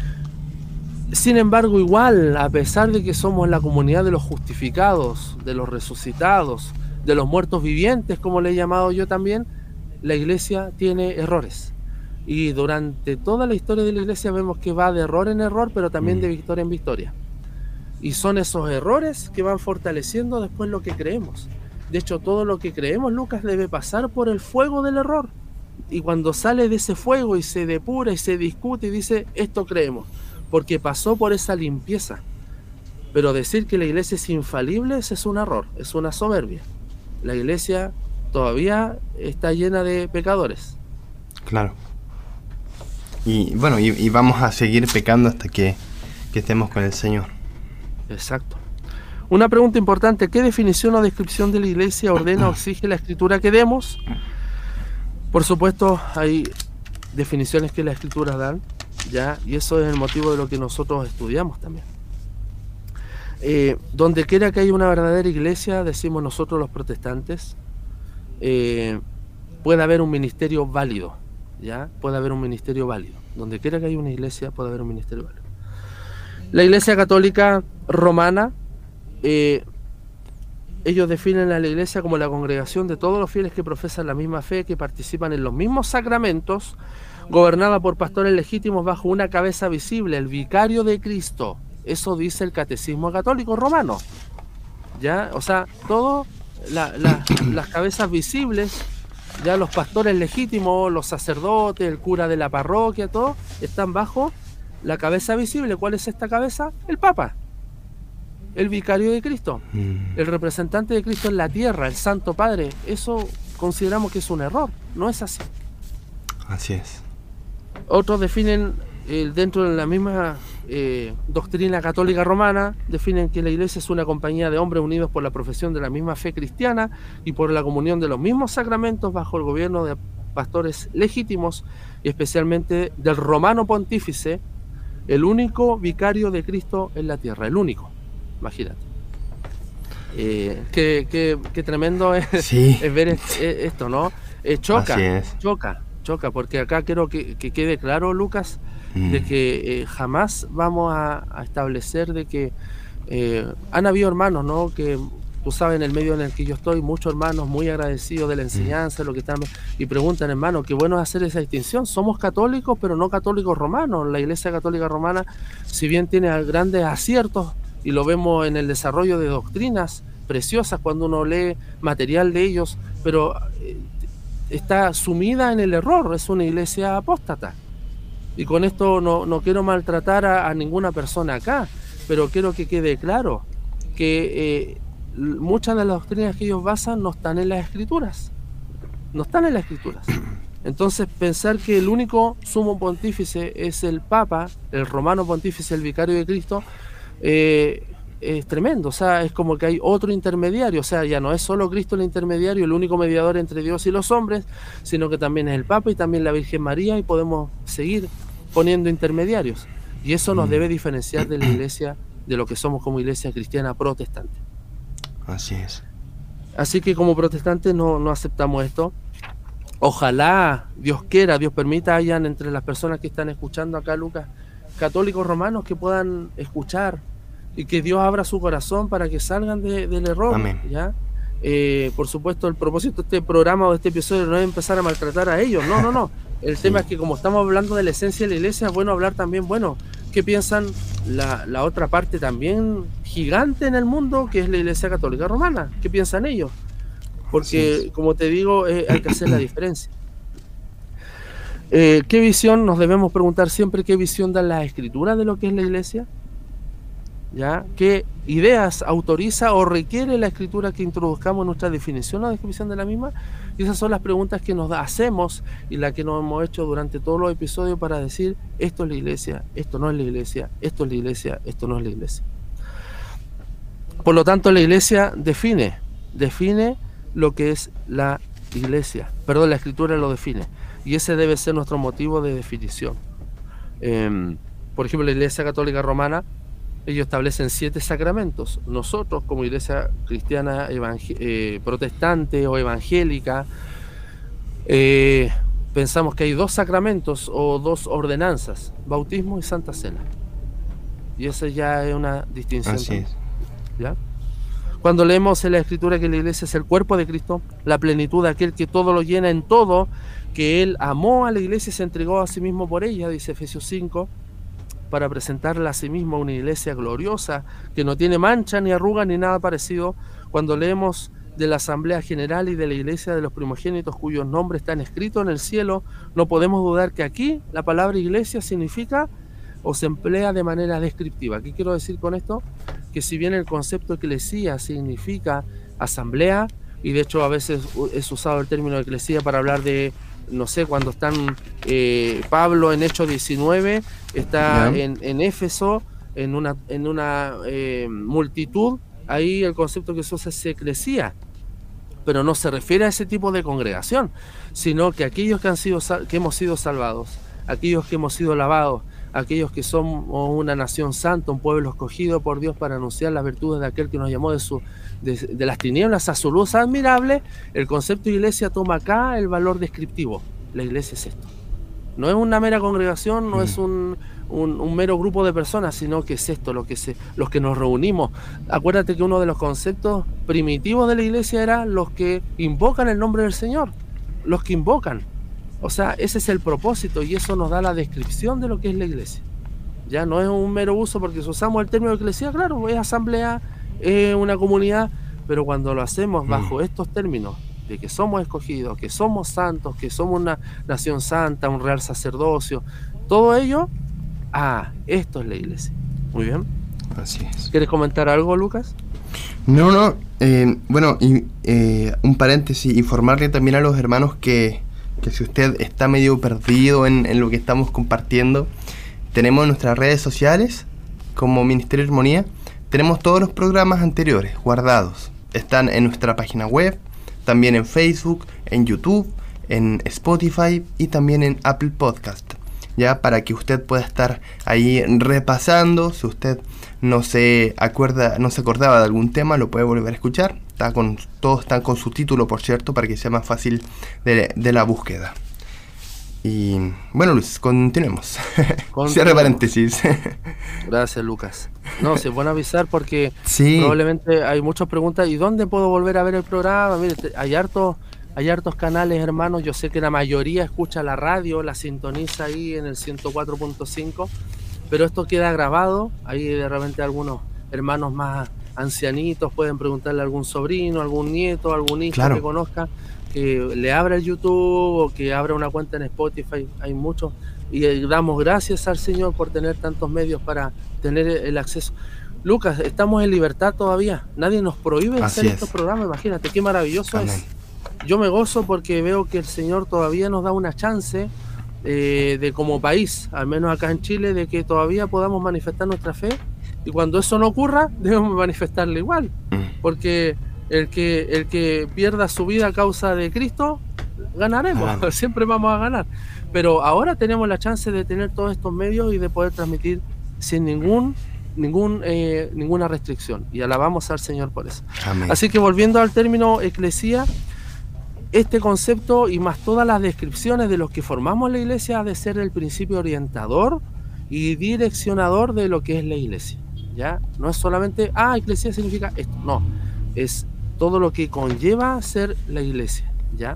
sin embargo, igual, a pesar de que somos la comunidad de los justificados, de los resucitados, de los muertos vivientes, como le he llamado yo también, la iglesia tiene errores. Y durante toda la historia de la iglesia vemos que va de error en error, pero también
Mm.
de victoria en victoria. Y son esos errores que van fortaleciendo después lo que creemos. De hecho, todo lo que creemos, Lucas, debe pasar por el fuego del error. Y cuando sale de ese fuego y se depura y se discute y dice, esto creemos, porque pasó por esa limpieza. Pero decir que la iglesia es infalible, ese es un error, es una soberbia. La iglesia todavía está llena de pecadores.
Claro. Y bueno, y, y vamos a seguir pecando hasta que, que estemos con el Señor.
Exacto. Una pregunta importante, ¿qué definición o descripción de la iglesia ordena o exige la escritura que demos? Por supuesto, hay definiciones que las escrituras dan, ¿ya? Y eso es el motivo de lo que nosotros estudiamos también. Eh, donde quiera que haya una verdadera iglesia, decimos nosotros los protestantes, eh, puede haber un ministerio válido, ¿ya? Puede haber un ministerio válido. Donde quiera que haya una iglesia, puede haber un ministerio válido. La Iglesia Católica Romana, eh, ellos definen a la iglesia como la congregación de todos los fieles que profesan la misma fe, que participan en los mismos sacramentos, gobernada por pastores legítimos bajo una cabeza visible, el vicario de Cristo. Eso dice el Catecismo Católico Romano. ¿Ya? O sea, todas la, la, las cabezas visibles, ya los pastores legítimos, los sacerdotes, el cura de la parroquia, todos están bajo la cabeza visible. ¿Cuál es esta cabeza? El Papa, el vicario de Cristo,
Mm,
el representante de Cristo en la tierra, el Santo Padre. Eso consideramos que es un error, no es así.
así es.
Otros definen, eh, dentro de la misma eh, doctrina católica romana, definen que la iglesia es una compañía de hombres unidos por la profesión de la misma fe cristiana y por la comunión de los mismos sacramentos bajo el gobierno de pastores legítimos y especialmente del romano pontífice, el único vicario de Cristo en la tierra, el único, imagínate. Eh, qué, qué- qué tremendo es,
Sí.
es ver es- es- esto, ¿no? Eh, choca,
Así es.
choca, choca, porque acá quiero que, que quede claro, Lucas,
Mm,
de que eh, jamás vamos a, a establecer de que eh, han habido hermanos, ¿no? que tú sabes, en el medio en el que yo estoy, muchos hermanos muy agradecidos de la enseñanza, lo que están, y preguntan, hermano, qué bueno es hacer esa distinción. Somos católicos, pero no católicos romanos. La Iglesia Católica Romana, si bien tiene grandes aciertos, y lo vemos en el desarrollo de doctrinas preciosas cuando uno lee material de ellos, pero eh, está sumida en el error, es una iglesia apóstata. Y con esto no, no quiero maltratar a, a ninguna persona acá, pero quiero que quede claro que eh, muchas de las doctrinas que ellos basan no están en las escrituras, no están en las escrituras. Entonces pensar que el único sumo pontífice es el Papa, el romano pontífice, el vicario de Cristo, eh, es tremendo. O sea, es como que hay otro intermediario. O sea, ya no es solo Cristo el intermediario, el único mediador entre Dios y los hombres, sino que también es el Papa y también la Virgen María, y podemos seguir poniendo intermediarios. Y eso nos debe diferenciar de la iglesia, de lo que somos como iglesia cristiana protestante.
Así es.
Así que como protestantes no, no aceptamos esto. Ojalá, Dios quiera, Dios permita, hayan entre las personas que están escuchando acá, Lucas, católicos romanos que puedan escuchar, y que Dios abra su corazón para que salgan de, del error.
Amén.
¿Ya? Eh, por supuesto, el propósito de este programa o de este episodio no es empezar a maltratar a ellos, no, no, no. El sí. tema es que como estamos hablando de la esencia de la iglesia, es bueno hablar también, bueno, ¿qué piensan la, la otra parte también gigante en el mundo, que es la Iglesia Católica Romana? ¿Qué piensan ellos? Porque, sí. como te digo, eh, hay que hacer la diferencia. Eh, ¿Qué visión? Nos debemos preguntar siempre qué visión dan las escrituras de lo que es la iglesia. ¿Ya? ¿Qué ideas autoriza o requiere la escritura que introduzcamos nuestra definición o descripción de la misma? Y esas son las preguntas que nos hacemos y las que nos hemos hecho durante todos los episodios para decir, esto es la iglesia, esto no es la iglesia, esto es la iglesia, esto no es la iglesia. Por lo tanto, la iglesia define, define lo que es la iglesia. Perdón, la escritura lo define. Y ese debe ser nuestro motivo de definición. Eh, por ejemplo, la Iglesia Católica Romana, ellos establecen siete sacramentos. Nosotros, como iglesia cristiana eh, protestante o evangélica, eh, pensamos que hay dos sacramentos o dos ordenanzas: bautismo y Santa Cena. Y esa ya es una distinción.
Así es.
¿Ya? Cuando leemos en la Escritura que la iglesia es el cuerpo de Cristo, la plenitud de aquel que todo lo llena en todo, que Él amó a la iglesia y se entregó a sí mismo por ella, dice Efesios cinco, para presentarla a sí mismo a una iglesia gloriosa, que no tiene mancha ni arruga ni nada parecido. Cuando leemos de la Asamblea General y de la Iglesia de los Primogénitos, cuyos nombres están escritos en el cielo, no podemos dudar que aquí la palabra iglesia significa o se emplea de manera descriptiva. ¿Qué quiero decir con esto? Que si bien el concepto eclesía significa asamblea, y de hecho a veces es usado el término eclesía para hablar de, no sé, cuando están eh, Pablo en Hechos diecinueve, está en, en Éfeso, en una, en una eh, multitud, ahí el concepto que se usa es eclesía, pero no se refiere a ese tipo de congregación, sino que aquellos que, han sido, que hemos sido salvados, aquellos que hemos sido lavados, aquellos que somos una nación santa, un pueblo escogido por Dios para anunciar las virtudes de aquel que nos llamó de, su, de, de las tinieblas a su luz admirable. El concepto de iglesia toma acá el valor descriptivo. La iglesia es esto. No es una mera congregación, no mm. es un, un, un mero grupo de personas, sino que es esto, lo que se, los que nos reunimos. Acuérdate que uno de los conceptos primitivos de la iglesia era los que invocan el nombre del Señor, los que invocan. O sea, ese es el propósito y eso nos da la descripción de lo que es la iglesia. Ya no es un mero uso, porque si usamos el término iglesia, claro, es asamblea, es una comunidad, pero cuando lo hacemos bajo mm. estos términos, de que somos escogidos, que somos santos, que somos una nación santa, un real sacerdocio, todo ello, ah, esto es la iglesia. Muy bien.
Así es.
¿Quieres comentar algo, Lucas?
No, no, eh, bueno, y, eh, un paréntesis, informarle también a los hermanos que que si usted está medio perdido en, en lo que estamos compartiendo, tenemos nuestras redes sociales como Ministerio de Armonía, tenemos todos los programas anteriores guardados, están en nuestra página web, también en Facebook, en YouTube, en Spotify y también en Apple Podcast, ya para que usted pueda estar ahí repasando. Si usted no se acuerda, no se acordaba de algún tema, lo puede volver a escuchar. Está con, todos están con su título, por cierto, para que sea más fácil de, de la búsqueda. Y bueno, Luis, continuemos. Cierre paréntesis.
Gracias, Lucas. No, se pone a avisar porque
sí.
probablemente hay muchas preguntas. ¿Y dónde puedo volver a ver el programa? Mire, hay hartos, hay hartos canales, hermanos. Yo sé que la mayoría escucha la radio, la sintoniza ahí en el ciento cuatro punto cinco, pero esto queda grabado. Ahí de repente algunos hermanos más ancianitos pueden preguntarle a algún sobrino, algún nieto, algún hijo claro. que conozca, que le abra el YouTube o que abra una cuenta en Spotify. Hay muchos, y damos gracias al Señor por tener tantos medios para tener el acceso. Lucas, estamos en libertad todavía, nadie nos prohíbe
Así
hacer
es.
estos programas. Imagínate qué maravilloso
Amén.
es. Yo me gozo porque veo que el Señor todavía nos da una chance eh, de como país, al menos acá en Chile, de que todavía podamos manifestar nuestra fe, y cuando eso no ocurra debemos manifestarla igual, porque El que, el que pierda su vida a causa de Cristo, ganaremos, ah. siempre vamos a ganar. Pero ahora tenemos la chance de tener todos estos medios y de poder transmitir sin ningún, ningún, eh, ninguna restricción. Y alabamos al Señor por eso.
Amén.
Así que volviendo al término eclesía, este concepto y más todas las descripciones de los que formamos la iglesia ha de ser el principio orientador y direccionador de lo que es la iglesia. ¿Ya? No es solamente, ah, eclesía significa esto, no. Es todo lo que conlleva ser la iglesia, ¿ya?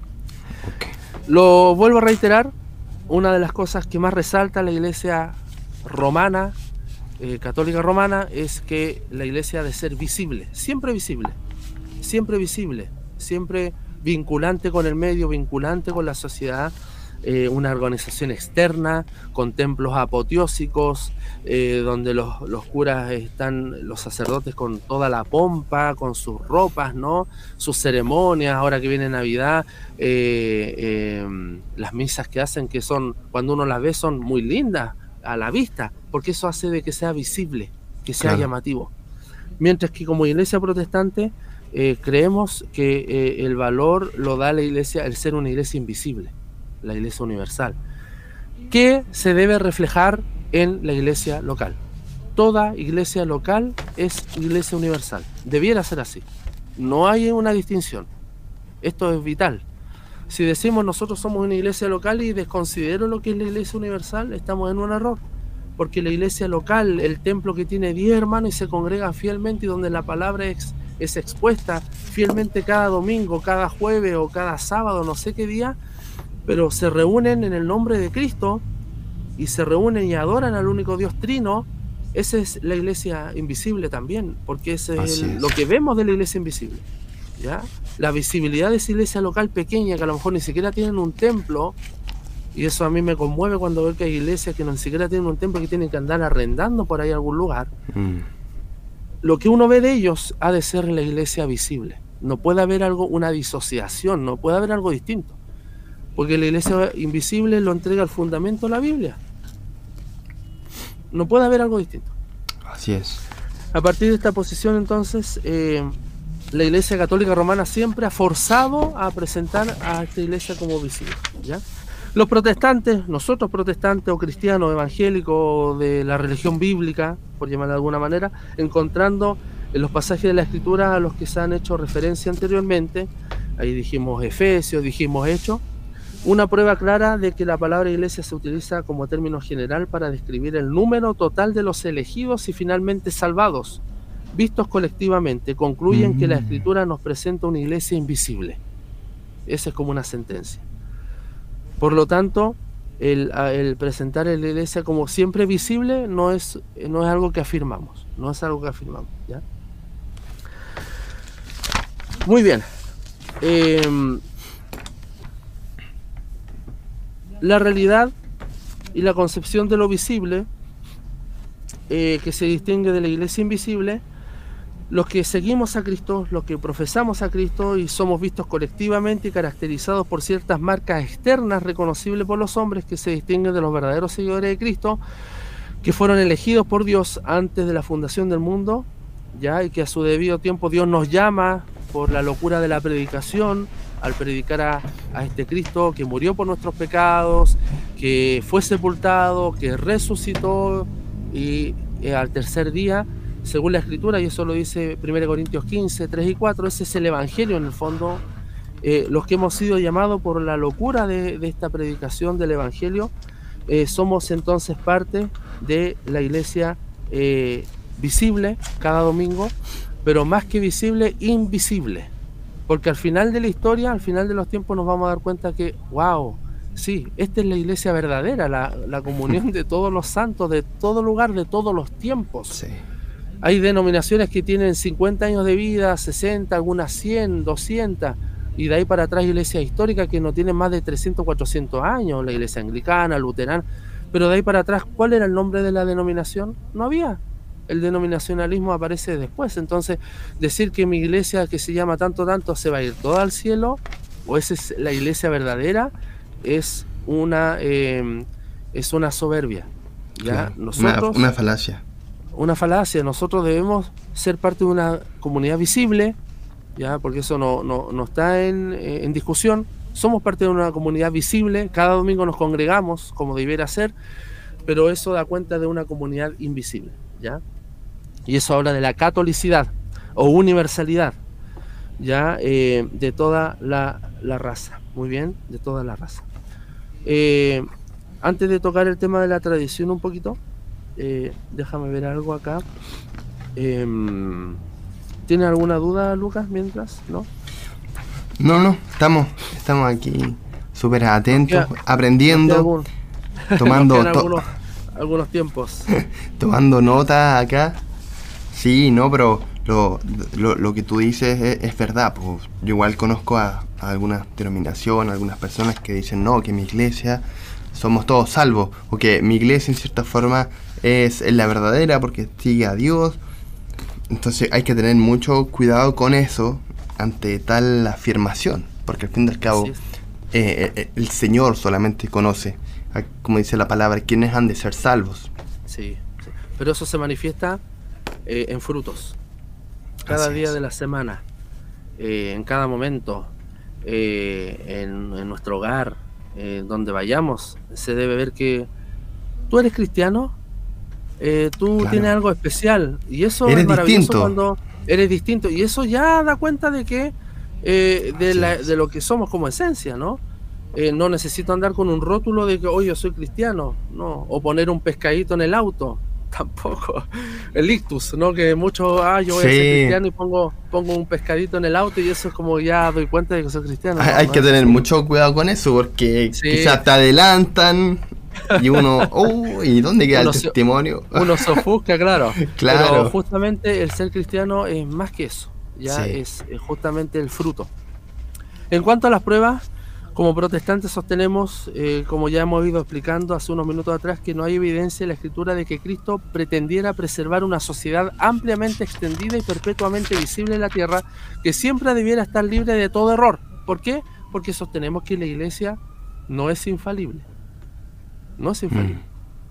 Okay.
Lo vuelvo a reiterar, una de las cosas que más resalta la iglesia romana, eh, católica romana, es que la iglesia ha de ser visible, siempre visible, siempre visible, siempre vinculante con el medio, vinculante con la sociedad, eh, una organización externa, con templos apoteósicos, eh, donde los, los curas están, los sacerdotes con toda la pompa, con sus ropas, ¿no? Sus ceremonias, ahora que viene Navidad, eh, eh, las misas que hacen, que son, cuando uno las ve, son muy lindas a la vista, porque eso hace de que sea visible, que sea claro. llamativo. Mientras que como iglesia protestante, eh, creemos que eh, el valor lo da la iglesia, el ser una iglesia invisible, la iglesia universal, que se debe reflejar en la iglesia local. Toda iglesia local es iglesia universal, debiera ser así, no hay una distinción, esto es vital. Si decimos nosotros somos una iglesia local y desconsidero lo que es la iglesia universal, estamos en un error, porque la iglesia local, el templo que tiene diez hermanos y se congrega fielmente, y donde la palabra es, es expuesta fielmente cada domingo, cada jueves o cada sábado, no sé qué día, pero se reúnen en el nombre de Cristo y se reúnen y adoran al único Dios trino. Esa es la iglesia invisible también, porque ese es, el, es lo que vemos de la iglesia invisible, ¿ya? La visibilidad de esa iglesia local pequeña, que a lo mejor ni siquiera tienen un templo, y eso a mí me conmueve cuando veo que hay iglesias que no ni siquiera tienen un templo, que tienen que andar arrendando por ahí a algún lugar. Mm. Lo que uno ve de ellos ha de ser la iglesia visible. No puede haber algo, una disociación, no puede haber algo distinto, porque la iglesia invisible lo entrega el fundamento de la Biblia. No puede haber algo distinto.
Así es.
A partir de esta posición, entonces, eh, la Iglesia Católica Romana siempre ha forzado a presentar a esta iglesia como visible, ¿ya? Los protestantes, nosotros protestantes o cristianos evangélicos de la religión bíblica, por llamarla de alguna manera, encontrando en los pasajes de la Escritura a los que se han hecho referencia anteriormente, ahí dijimos Efesios, dijimos Hechos, una prueba clara de que la palabra iglesia se utiliza como término general para describir el número total de los elegidos y finalmente salvados, vistos colectivamente. Concluyen mm. que la Escritura nos presenta una iglesia invisible. Esa es como una sentencia. Por lo tanto, el, el presentar a la iglesia como siempre visible no es, no es algo que afirmamos, no es algo que afirmamos, ¿ya? Muy bien. Eh, La realidad y la concepción de lo visible, eh, que se distingue de la iglesia invisible, los que seguimos a Cristo, los que profesamos a Cristo y somos vistos colectivamente y caracterizados por ciertas marcas externas reconocibles por los hombres que se distinguen de los verdaderos seguidores de Cristo, que fueron elegidos por Dios antes de la fundación del mundo, ya, y que a su debido tiempo Dios nos llama por la locura de la predicación, al predicar a, a este Cristo que murió por nuestros pecados, que fue sepultado, que resucitó y eh, al tercer día, según la Escritura, y eso lo dice primera Corintios quince, tres y cuatro, ese es el Evangelio en el fondo, eh, los que hemos sido llamados por la locura de, de esta predicación del Evangelio, eh, somos entonces parte de la iglesia eh, visible cada domingo, pero más que visible, invisible. Porque al final de la historia, al final de los tiempos, nos vamos a dar cuenta que, wow, sí, esta es la iglesia verdadera, la, la comunión de todos los santos, de todo lugar, de todos los tiempos.
Sí.
Hay denominaciones que tienen cincuenta años de vida, sesenta, algunas cien, doscientas, y de ahí para atrás iglesias históricas que no tienen más de trescientos, cuatrocientos años, la iglesia anglicana, luterana, pero de ahí para atrás, ¿cuál era el nombre de la denominación? No había. El denominacionalismo aparece después. Entonces, decir que mi iglesia, que se llama tanto, tanto, se va a ir toda al cielo, o esa es la iglesia verdadera, es una, eh, es una soberbia. ¿Ya?
Claro,
Nosotros,
una, una falacia.
Una falacia. Nosotros debemos ser parte de una comunidad visible, ¿ya? Porque eso no, no, no está en, en discusión. Somos parte de una comunidad visible, cada domingo nos congregamos como debiera ser, pero eso da cuenta de una comunidad invisible, ¿ya? Y eso habla de la catolicidad o universalidad, ¿ya? Eh, de toda la, la raza, muy bien, de toda la raza. Eh, antes de tocar el tema de la tradición un poquito, eh, déjame ver algo acá. Eh, ¿Tiene alguna duda, Lucas, mientras? ¿No?
No, no, estamos, estamos aquí súper atentos,
Nos queda-
aprendiendo,
Algún-
tomando,
nos quedan
to-
algunos, algunos tiempos.
tomando nota acá. Sí, no, pero lo, lo, lo que tú dices es, es verdad. Pues yo igual conozco a, a algunas denominaciones, algunas personas que dicen no, que mi iglesia somos todos salvos, o que mi iglesia en cierta forma es, es la verdadera porque sigue a Dios. Entonces hay que tener mucho cuidado con eso ante tal afirmación, porque al fin y al cabo
Así es.
eh, eh, el Señor solamente conoce, a- como dice la palabra, quiénes han de ser salvos.
Sí, sí. Pero eso se manifiesta eh, en frutos. Cada
Así
día
es.
de la semana, eh, en cada momento, eh, en, en nuestro hogar, eh, donde vayamos, se debe ver que tú eres cristiano, eh, tú
Claro.
tienes algo especial. Y eso
Eres
es maravilloso
distinto.
cuando eres distinto. Y eso ya da cuenta de que eh, de,
Así
la-
es.
de lo que somos como esencia, ¿no? Eh, no necesito andar con un rótulo de que, oye, yo soy cristiano, no, o poner un pescadito en el auto, tampoco. El ictus, ¿no? Que muchos, ah, yo voy a ser
Sí.
cristiano y pongo, pongo un pescadito en el auto y eso es como ya doy cuenta de que soy cristiano.
Hay,
No,
hay
no
que
es
tener
así.
mucho cuidado con eso, porque
Sí.
quizás te adelantan y uno, oh, ¿y dónde queda
Uno
el
se-
testimonio?
Uno se ofusca, claro.
Claro.
Pero justamente el ser cristiano es más que eso, ya
Sí.
es, es justamente el fruto. En cuanto a las pruebas, como protestantes sostenemos, eh, como ya hemos ido explicando hace unos minutos atrás, que no hay evidencia en la Escritura de que Cristo pretendiera preservar una sociedad ampliamente extendida y perpetuamente visible en la tierra, que siempre debiera estar libre de todo error. ¿Por qué? Porque sostenemos que la Iglesia no es infalible. No es infalible.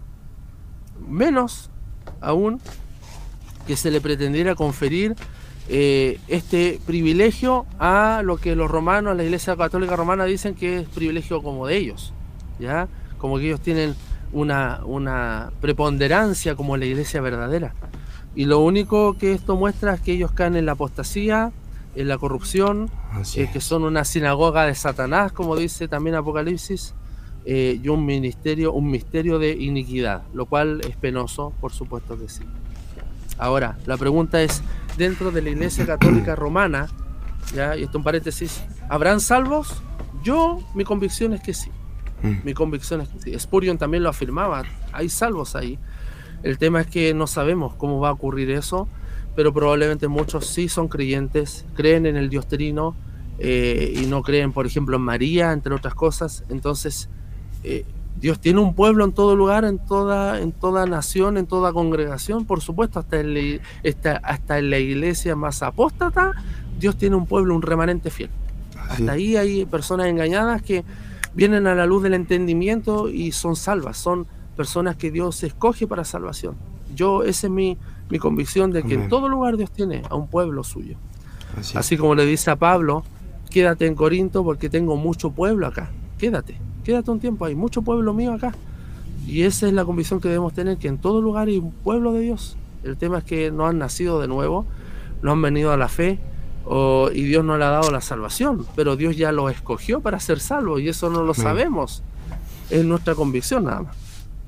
Menos aún que se le pretendiera conferir eh, este privilegio a lo que los romanos, la Iglesia Católica Romana, dicen que es privilegio como de ellos, ¿ya? Como que ellos tienen una, una preponderancia como la Iglesia verdadera. Y lo único que esto muestra es que ellos caen en la apostasía, en la corrupción,
Así
eh,
es.
que son una sinagoga de Satanás, como dice también Apocalipsis, eh, y un ministerio, un misterio de iniquidad, lo cual es penoso, por supuesto que sí. Ahora, la pregunta es, dentro de la Iglesia Católica Romana, ya, y esto en paréntesis, ¿habrán salvos? Yo, mi convicción es que sí.
Mm.
Mi convicción es que sí. Spurgeon también lo afirmaba, hay salvos ahí. El tema es que no sabemos cómo va a ocurrir eso, pero probablemente muchos sí son creyentes, creen en el Dios Trino, eh, y no creen, por ejemplo, en María, entre otras cosas. Entonces, eh, Dios tiene un pueblo en todo lugar, en toda, en toda nación, en toda congregación, por supuesto, hasta en, la, hasta, hasta en la iglesia más apóstata, Dios tiene un pueblo, un remanente fiel.
Así
Hasta ahí hay personas engañadas que vienen a la luz del entendimiento y son salvas, son personas que Dios escoge para salvación. Yo, esa es mi, mi convicción de que
Amén.
en todo lugar Dios tiene a un pueblo suyo.
Así es.
Así como le dice a Pablo, quédate en Corinto porque tengo mucho pueblo acá. Quédate, quédate un tiempo, hay mucho pueblo mío acá. Y esa es la convicción que debemos tener, que en todo lugar hay un pueblo de Dios. El tema es que no han nacido de nuevo, no han venido a la fe, o, y Dios no le ha dado la salvación, pero Dios ya lo escogió para ser salvo, y eso no lo sabemos, es nuestra convicción nada más.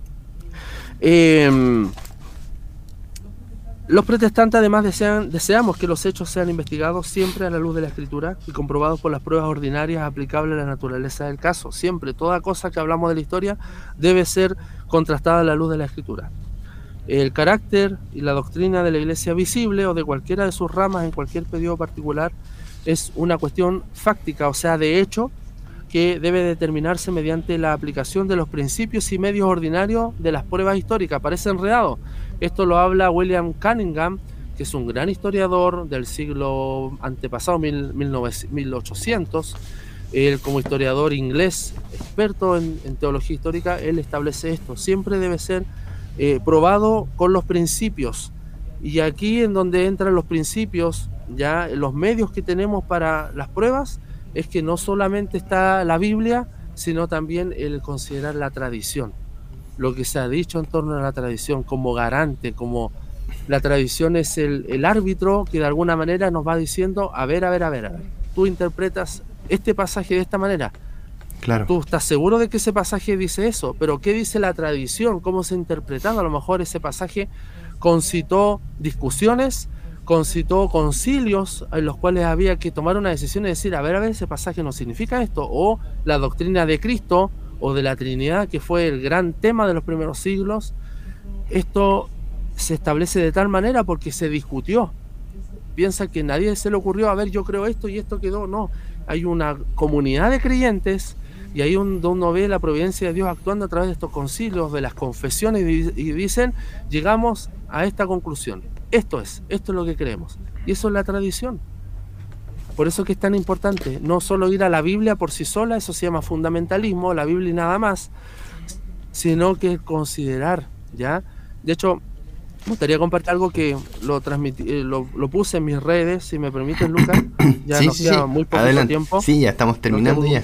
Eh, los protestantes además desean, deseamos que los hechos sean investigados siempre a la luz de la Escritura y comprobados por las pruebas ordinarias aplicables a la naturaleza del caso. Siempre, toda cosa que hablamos de la historia debe ser contrastada a la luz de la Escritura. El carácter y la doctrina de la Iglesia visible o de cualquiera de sus ramas en cualquier periodo particular es una cuestión fáctica, o sea, de hecho, que debe determinarse mediante la aplicación de los principios y medios ordinarios de las pruebas históricas. Parece enredado. Esto lo habla William Cunningham, que es un gran historiador del siglo antepasado, mil ochocientos. Él, como historiador inglés, experto en, en teología histórica, él establece esto. Siempre debe ser eh, probado con los principios. Y aquí en donde entran los principios, ya los medios que tenemos para las pruebas, es que no solamente está la Biblia, sino también el considerar la tradición, lo que se ha dicho en torno a la tradición como garante, como la tradición es el, el árbitro que de alguna manera nos va diciendo, a ver, a ver, a ver, a ver, tú interpretas este pasaje de esta manera,
claro.
Tú estás seguro de que ese pasaje dice eso, pero ¿qué dice la tradición? ¿Cómo se ha interpretado? A lo mejor ese pasaje concitó discusiones, concitó concilios en los cuales había que tomar una decisión y decir, a ver, a ver, ese pasaje no significa esto, o la doctrina de Cristo o de la Trinidad, que fue el gran tema de los primeros siglos. Esto se establece de tal manera porque se discutió. Piensa que nadie se le ocurrió, a ver, yo creo esto y esto quedó, no, hay una comunidad de creyentes y ahí donde uno ve la providencia de Dios actuando a través de estos concilios, de las confesiones, y, y dicen, llegamos a esta conclusión. Esto es, esto es lo que creemos. Y eso es la tradición. Por eso que es tan importante, no solo ir a la Biblia por sí sola, eso se llama fundamentalismo, la Biblia y nada más, sino que considerar, ¿ya? De hecho, me gustaría compartir algo que lo transmití, lo, lo puse en mis redes, si me permites, Lucas. Ya
sí,
nos
sí,
queda
sí.
muy poco
Adelante.
tiempo.
Sí, ya estamos terminando ya.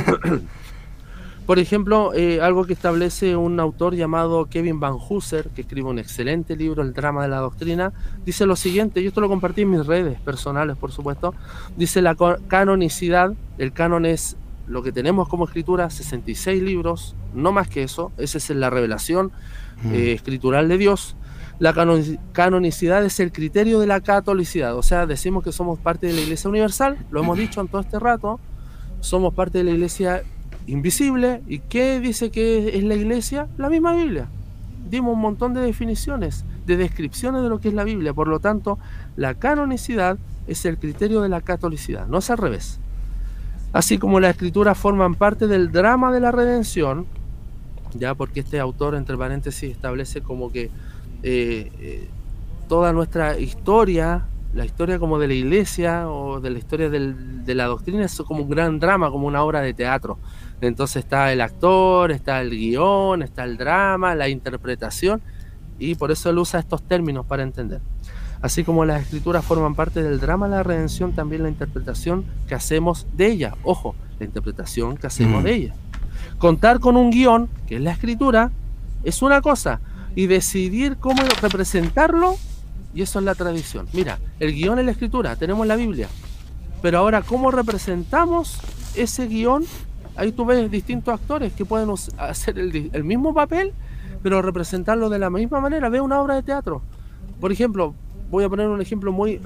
Por ejemplo, eh, algo que establece un autor llamado Kevin Van Hooser, que escribe un excelente libro, El drama de la doctrina, dice lo siguiente, yo esto lo compartí en mis redes personales, por supuesto, dice la canonicidad, el canon es lo que tenemos como escritura, sesenta y seis libros, no más que eso, esa es la revelación eh, escritural de Dios. La canonicidad es el criterio de la catolicidad, o sea, decimos que somos parte de la Iglesia Universal, lo hemos dicho en todo este rato, somos parte de la Iglesia invisible. ¿Y qué dice que es la Iglesia? La misma Biblia. Dimos un montón de definiciones, de descripciones de lo que es la Biblia. Por lo tanto, la canonicidad es el criterio de la catolicidad, no es al revés. Así como las escrituras forman parte del drama de la redención, ya porque este autor, entre paréntesis, establece como que eh, eh, toda nuestra historia, la historia como de la Iglesia o de la historia del, de la doctrina es como un gran drama, como una obra de teatro. Entonces está el actor, está el guión, está el drama, la interpretación, y por eso él usa estos términos para entender. Así como las escrituras forman parte del drama de la redención, también la interpretación que hacemos de ella. Ojo, la interpretación que hacemos mm. de ella. Contar con un guión, que es la escritura, es una cosa, y decidir cómo representarlo, y eso es la tradición. Mira, el guión es la escritura, tenemos la Biblia, pero ahora cómo representamos ese guión. Ahí tú ves distintos actores que pueden hacer el, el mismo papel, pero representarlo de la misma manera. Ve una obra de teatro. Por ejemplo, voy a poner un ejemplo muy,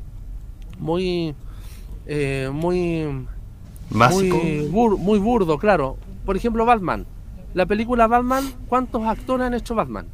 muy, eh, muy,
básico,
muy, bur, muy burdo, claro. Por ejemplo, Batman. La película Batman, ¿cuántos actores han hecho Batman?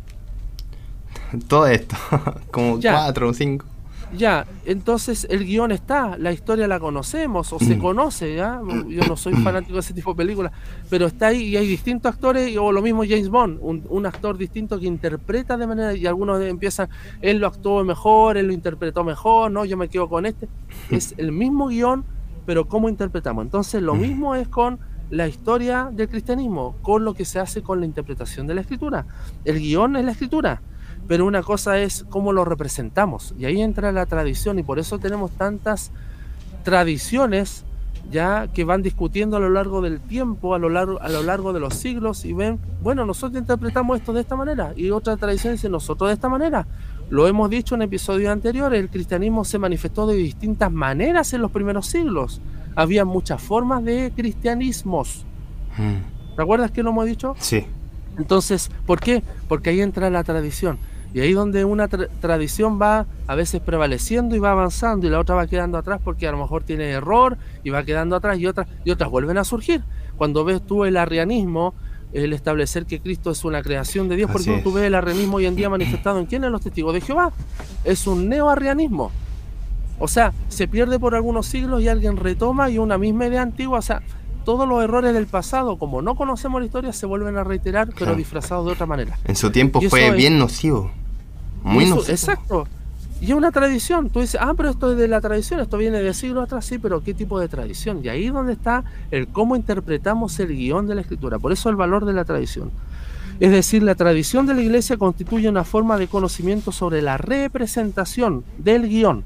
Todo esto, como
ya.
cuatro o cinco.
Ya, entonces el guión está, la historia la conocemos o se mm. conoce, ¿ya? Yo no soy fanático de ese tipo de películas, pero está ahí y hay distintos actores, o lo mismo James Bond, un, un actor distinto que interpreta de manera, y algunos empiezan, él lo actuó mejor, él lo interpretó mejor, no, yo me quedo con este. Es el mismo guión, pero ¿cómo interpretamos? Entonces lo mismo es con la historia del cristianismo, con lo que se hace con la interpretación de la escritura. El guión es la escritura, pero una cosa es cómo lo representamos, y ahí entra la tradición, y por eso tenemos tantas tradiciones ya que van discutiendo a lo largo del tiempo, a lo largo, a lo largo de los siglos, y ven, bueno, nosotros interpretamos esto de esta manera, y otra tradición dice nosotros de esta manera. Lo hemos dicho en episodios anteriores, el cristianismo se manifestó de distintas maneras en los primeros siglos. Había muchas formas de cristianismos. Mm. ¿Recuerdas que lo hemos dicho?
Sí.
Entonces, ¿por qué? Porque ahí entra la tradición. Y ahí donde una tra- tradición va a veces prevaleciendo y va avanzando, y la otra va quedando atrás porque a lo mejor tiene error y va quedando atrás, y otras, y otras vuelven a surgir. Cuando ves tú el arrianismo, el establecer que Cristo es una creación de Dios,
Así
porque
es.
tú ves el arrianismo hoy en día manifestado en quiénes, los testigos de Jehová. Es un neoarrianismo. O sea, se pierde por algunos siglos y alguien retoma y una misma idea antigua. O sea, todos los errores del pasado, como no conocemos la historia, se vuelven a reiterar, pero
Claro.
disfrazados de otra manera.
En su tiempo
Y
fue
eso es-
bien nocivo. Muy
Eso-
nocivo.
Exacto. Y es una tradición. Tú dices, ah, pero esto es de la tradición, esto viene de siglos atrás, sí, pero ¿qué tipo de tradición? Y ahí es donde está el cómo interpretamos el guión de la Escritura. Por eso el valor de la tradición. Es decir, la tradición de la Iglesia constituye una forma de conocimiento sobre la representación del guión.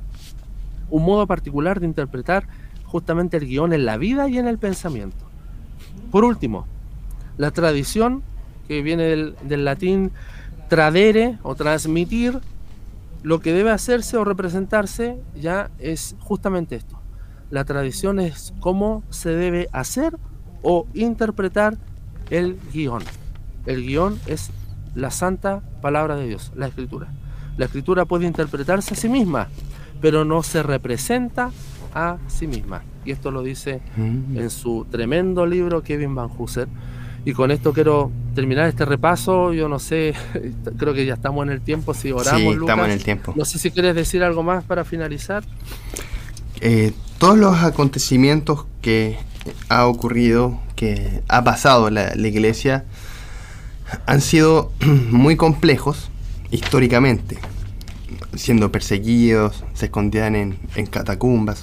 Un modo particular de interpretar justamente el guión en la vida y en el pensamiento. Por último, la tradición, que viene del, del latín tradere o transmitir, lo que debe hacerse o representarse ya es justamente esto. La tradición es cómo se debe hacer o interpretar el guión. El guión es la santa palabra de Dios, la Escritura. La Escritura puede interpretarse a sí misma, pero no se representa a sí misma. Y esto lo dice
Mm.
en su tremendo libro Kevin Van Hooser. Y con esto quiero terminar este repaso. Yo no sé, creo que ya estamos en el tiempo. Si oramos,
Sí,
Lucas,
estamos en el tiempo.
no sé si quieres decir algo más para finalizar.
Eh, todos los acontecimientos que ha ocurrido, que ha pasado la, la iglesia, han sido muy complejos históricamente, siendo perseguidos, se escondían en, en catacumbas,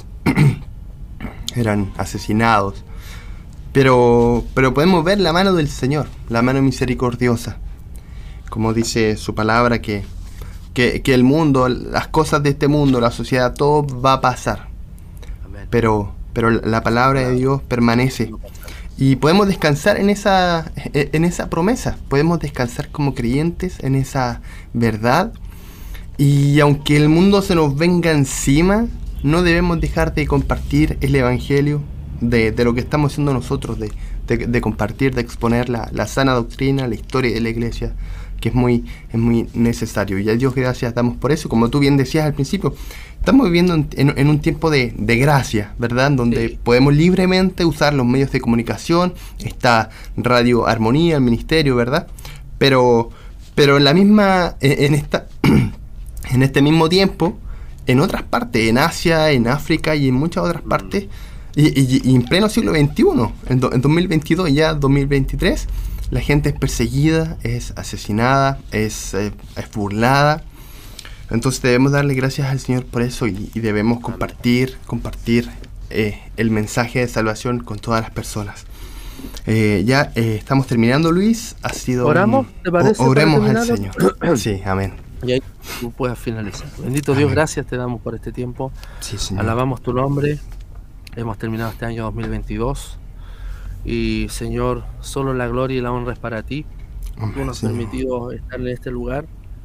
eran asesinados, pero, pero podemos ver la mano del Señor, la mano misericordiosa, como dice su palabra, que, que, que el mundo, las cosas de este mundo, la sociedad, todo va a pasar.
Amén.
Pero, pero la palabra de Dios permanece y podemos descansar en esa, en esa promesa, podemos descansar como creyentes en esa verdad, y aunque el mundo se nos venga encima, no debemos dejar de compartir el evangelio, de, de lo que estamos haciendo nosotros, de, de, de compartir, de exponer la, la sana doctrina, la historia de la iglesia, que es muy, es muy necesario. Y a Dios gracias damos por eso. Como tú bien decías al principio, estamos viviendo en, en, en un tiempo de, de gracia, ¿verdad? Donde
Sí.
podemos libremente usar los medios de comunicación, está Radio Armonía, el ministerio, ¿verdad? Pero, pero en la misma, en, en esta, en este mismo tiempo, en otras partes, en Asia, en África y en muchas otras partes, y, y, y en pleno siglo veintiuno, en, do, en dos mil veintidós, ya dos mil veintitrés, la gente es perseguida, es asesinada, es, eh, es burlada. Entonces debemos darle gracias al Señor por eso, y, y debemos compartir, compartir eh, el mensaje de salvación con todas las personas. Eh, ya eh, estamos terminando, Luis. Ha sido
¿Oramos?
un-
¿Te parece,
o- oremos
para
al
terminarlo?
Señor. Sí, amén.
Y ahí tú puedas finalizar. Bendito Dios,
Amén.
gracias te damos por este tiempo.
Sí, Señor.
Alabamos tu nombre. Hemos terminado este año dos mil veintidós. Y Señor, solo la gloria y la honra es para ti.
Amén,
Tú nos has
Señor.
permitido estar en este lugar.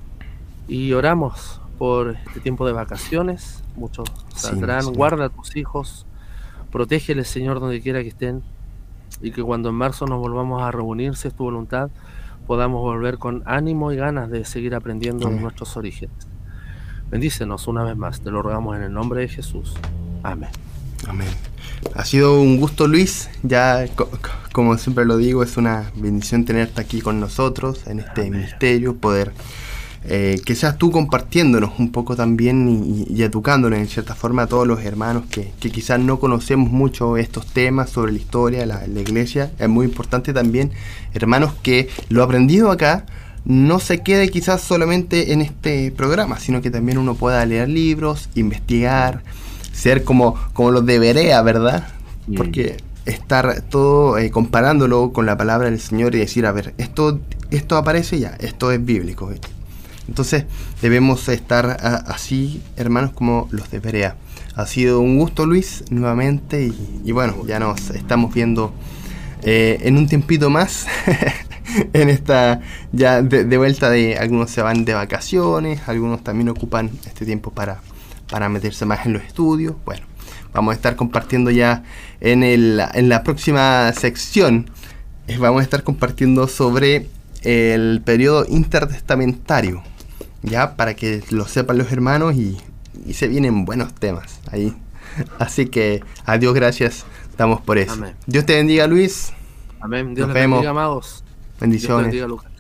Y oramos por este tiempo de vacaciones. Muchos
Sí,
saldrán.
Señor.
Guarda a tus hijos. Protégeles, Señor, donde quiera que estén. Y que cuando en marzo nos volvamos a reunir, si es tu voluntad, podamos volver con ánimo y ganas de seguir aprendiendo de
Amén.
nuestros orígenes. Bendícenos una vez más. Te lo rogamos en el nombre de Jesús. Amén.
Amén. Ha sido un gusto, Luis. Ya, co- co- como siempre lo digo, es una bendición tenerte aquí con nosotros en este
Amén.
ministerio, poder eh, que seas tú compartiéndonos un poco también y, y educándonos en cierta forma a todos los hermanos que, que quizás no conocemos mucho estos temas sobre la historia, la, la iglesia. Es muy importante también, hermanos, que lo aprendido acá no se quede quizás solamente en este programa, sino que también uno pueda leer libros, investigar, ser como, como los de Berea, ¿verdad?
Mm.
Porque estar todo eh, comparándolo con la palabra del Señor y decir, a ver, esto, esto aparece ya, esto es bíblico. Entonces debemos estar a, así, hermanos, como los de Berea. Ha sido un gusto, Luis, nuevamente, y, y bueno, ya nos estamos viendo eh, en un tiempito más. en esta ya de, de vuelta de algunos se van de vacaciones, algunos también ocupan este tiempo para, para meterse más en los estudios. Bueno, vamos a estar compartiendo ya en, el, en la próxima sección, eh, vamos a estar compartiendo sobre el periodo intertestamentario, ya para que lo sepan los hermanos y, y se vienen buenos temas ahí. Así que a Dios gracias damos por eso. Amén. Dios te bendiga, Luis.
Amén. Dios les bendiga, amados.
Bendiciones.
Dios te bendiga, Lucas.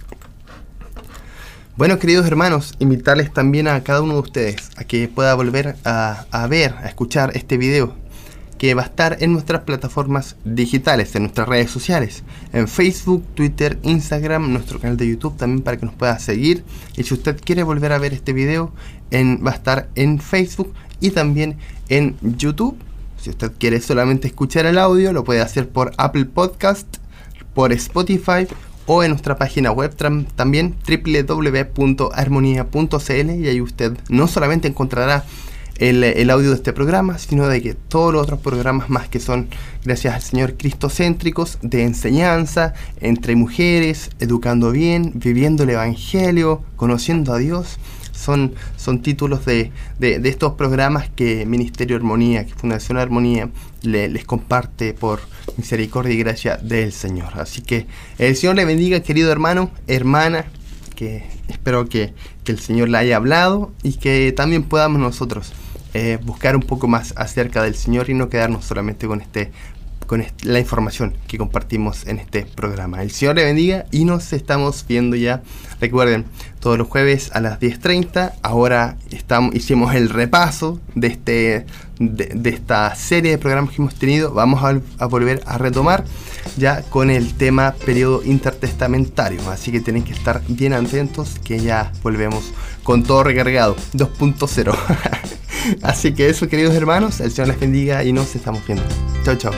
Bueno, queridos hermanos, invitarles también a cada uno de ustedes a que pueda volver a, a ver, a escuchar este video que va a estar en nuestras plataformas digitales, en nuestras redes sociales, en Facebook, Twitter, Instagram, nuestro canal de YouTube también para que nos pueda seguir. Y si usted quiere volver a ver este video, en, va a estar en Facebook y también en YouTube. Si usted quiere solamente escuchar el audio, lo puede hacer por Apple Podcast, por Spotify o en nuestra página web también doble u doble u doble u punto armonía punto c l, y ahí usted no solamente encontrará el, el audio de este programa, sino de que todos los otros programas más que son, gracias al Señor, cristocéntricos, de enseñanza, entre mujeres, educando bien, viviendo el Evangelio, conociendo a Dios. Son, son títulos de, de, de estos programas que Ministerio Armonía, que Fundación Armonía le, les comparte por misericordia y gracia del Señor. Así que el Señor le bendiga, querido hermano, hermana, que espero que, que el Señor le haya hablado y que también podamos nosotros eh, buscar un poco más acerca del Señor y no quedarnos solamente con este con la información que compartimos en este programa. El Señor le bendiga y nos estamos viendo ya, recuerden, todos los jueves a las diez treinta. Ahora estamos, hicimos el repaso de, este, de, de esta serie de programas que hemos tenido. Vamos a, a volver a retomar ya con el tema periodo intertestamentario, así que tienen que estar bien atentos que ya volvemos con todo recargado, dos punto cero. Así que eso, queridos hermanos, el Señor les bendiga y nos estamos viendo. Chao, chao.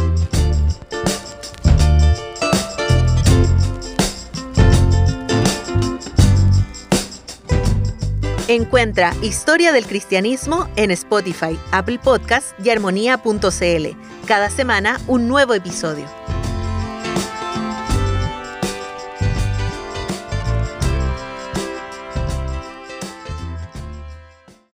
Encuentra Historia del Cristianismo en Spotify, Apple Podcast y armonía punto c l. Cada semana un nuevo episodio.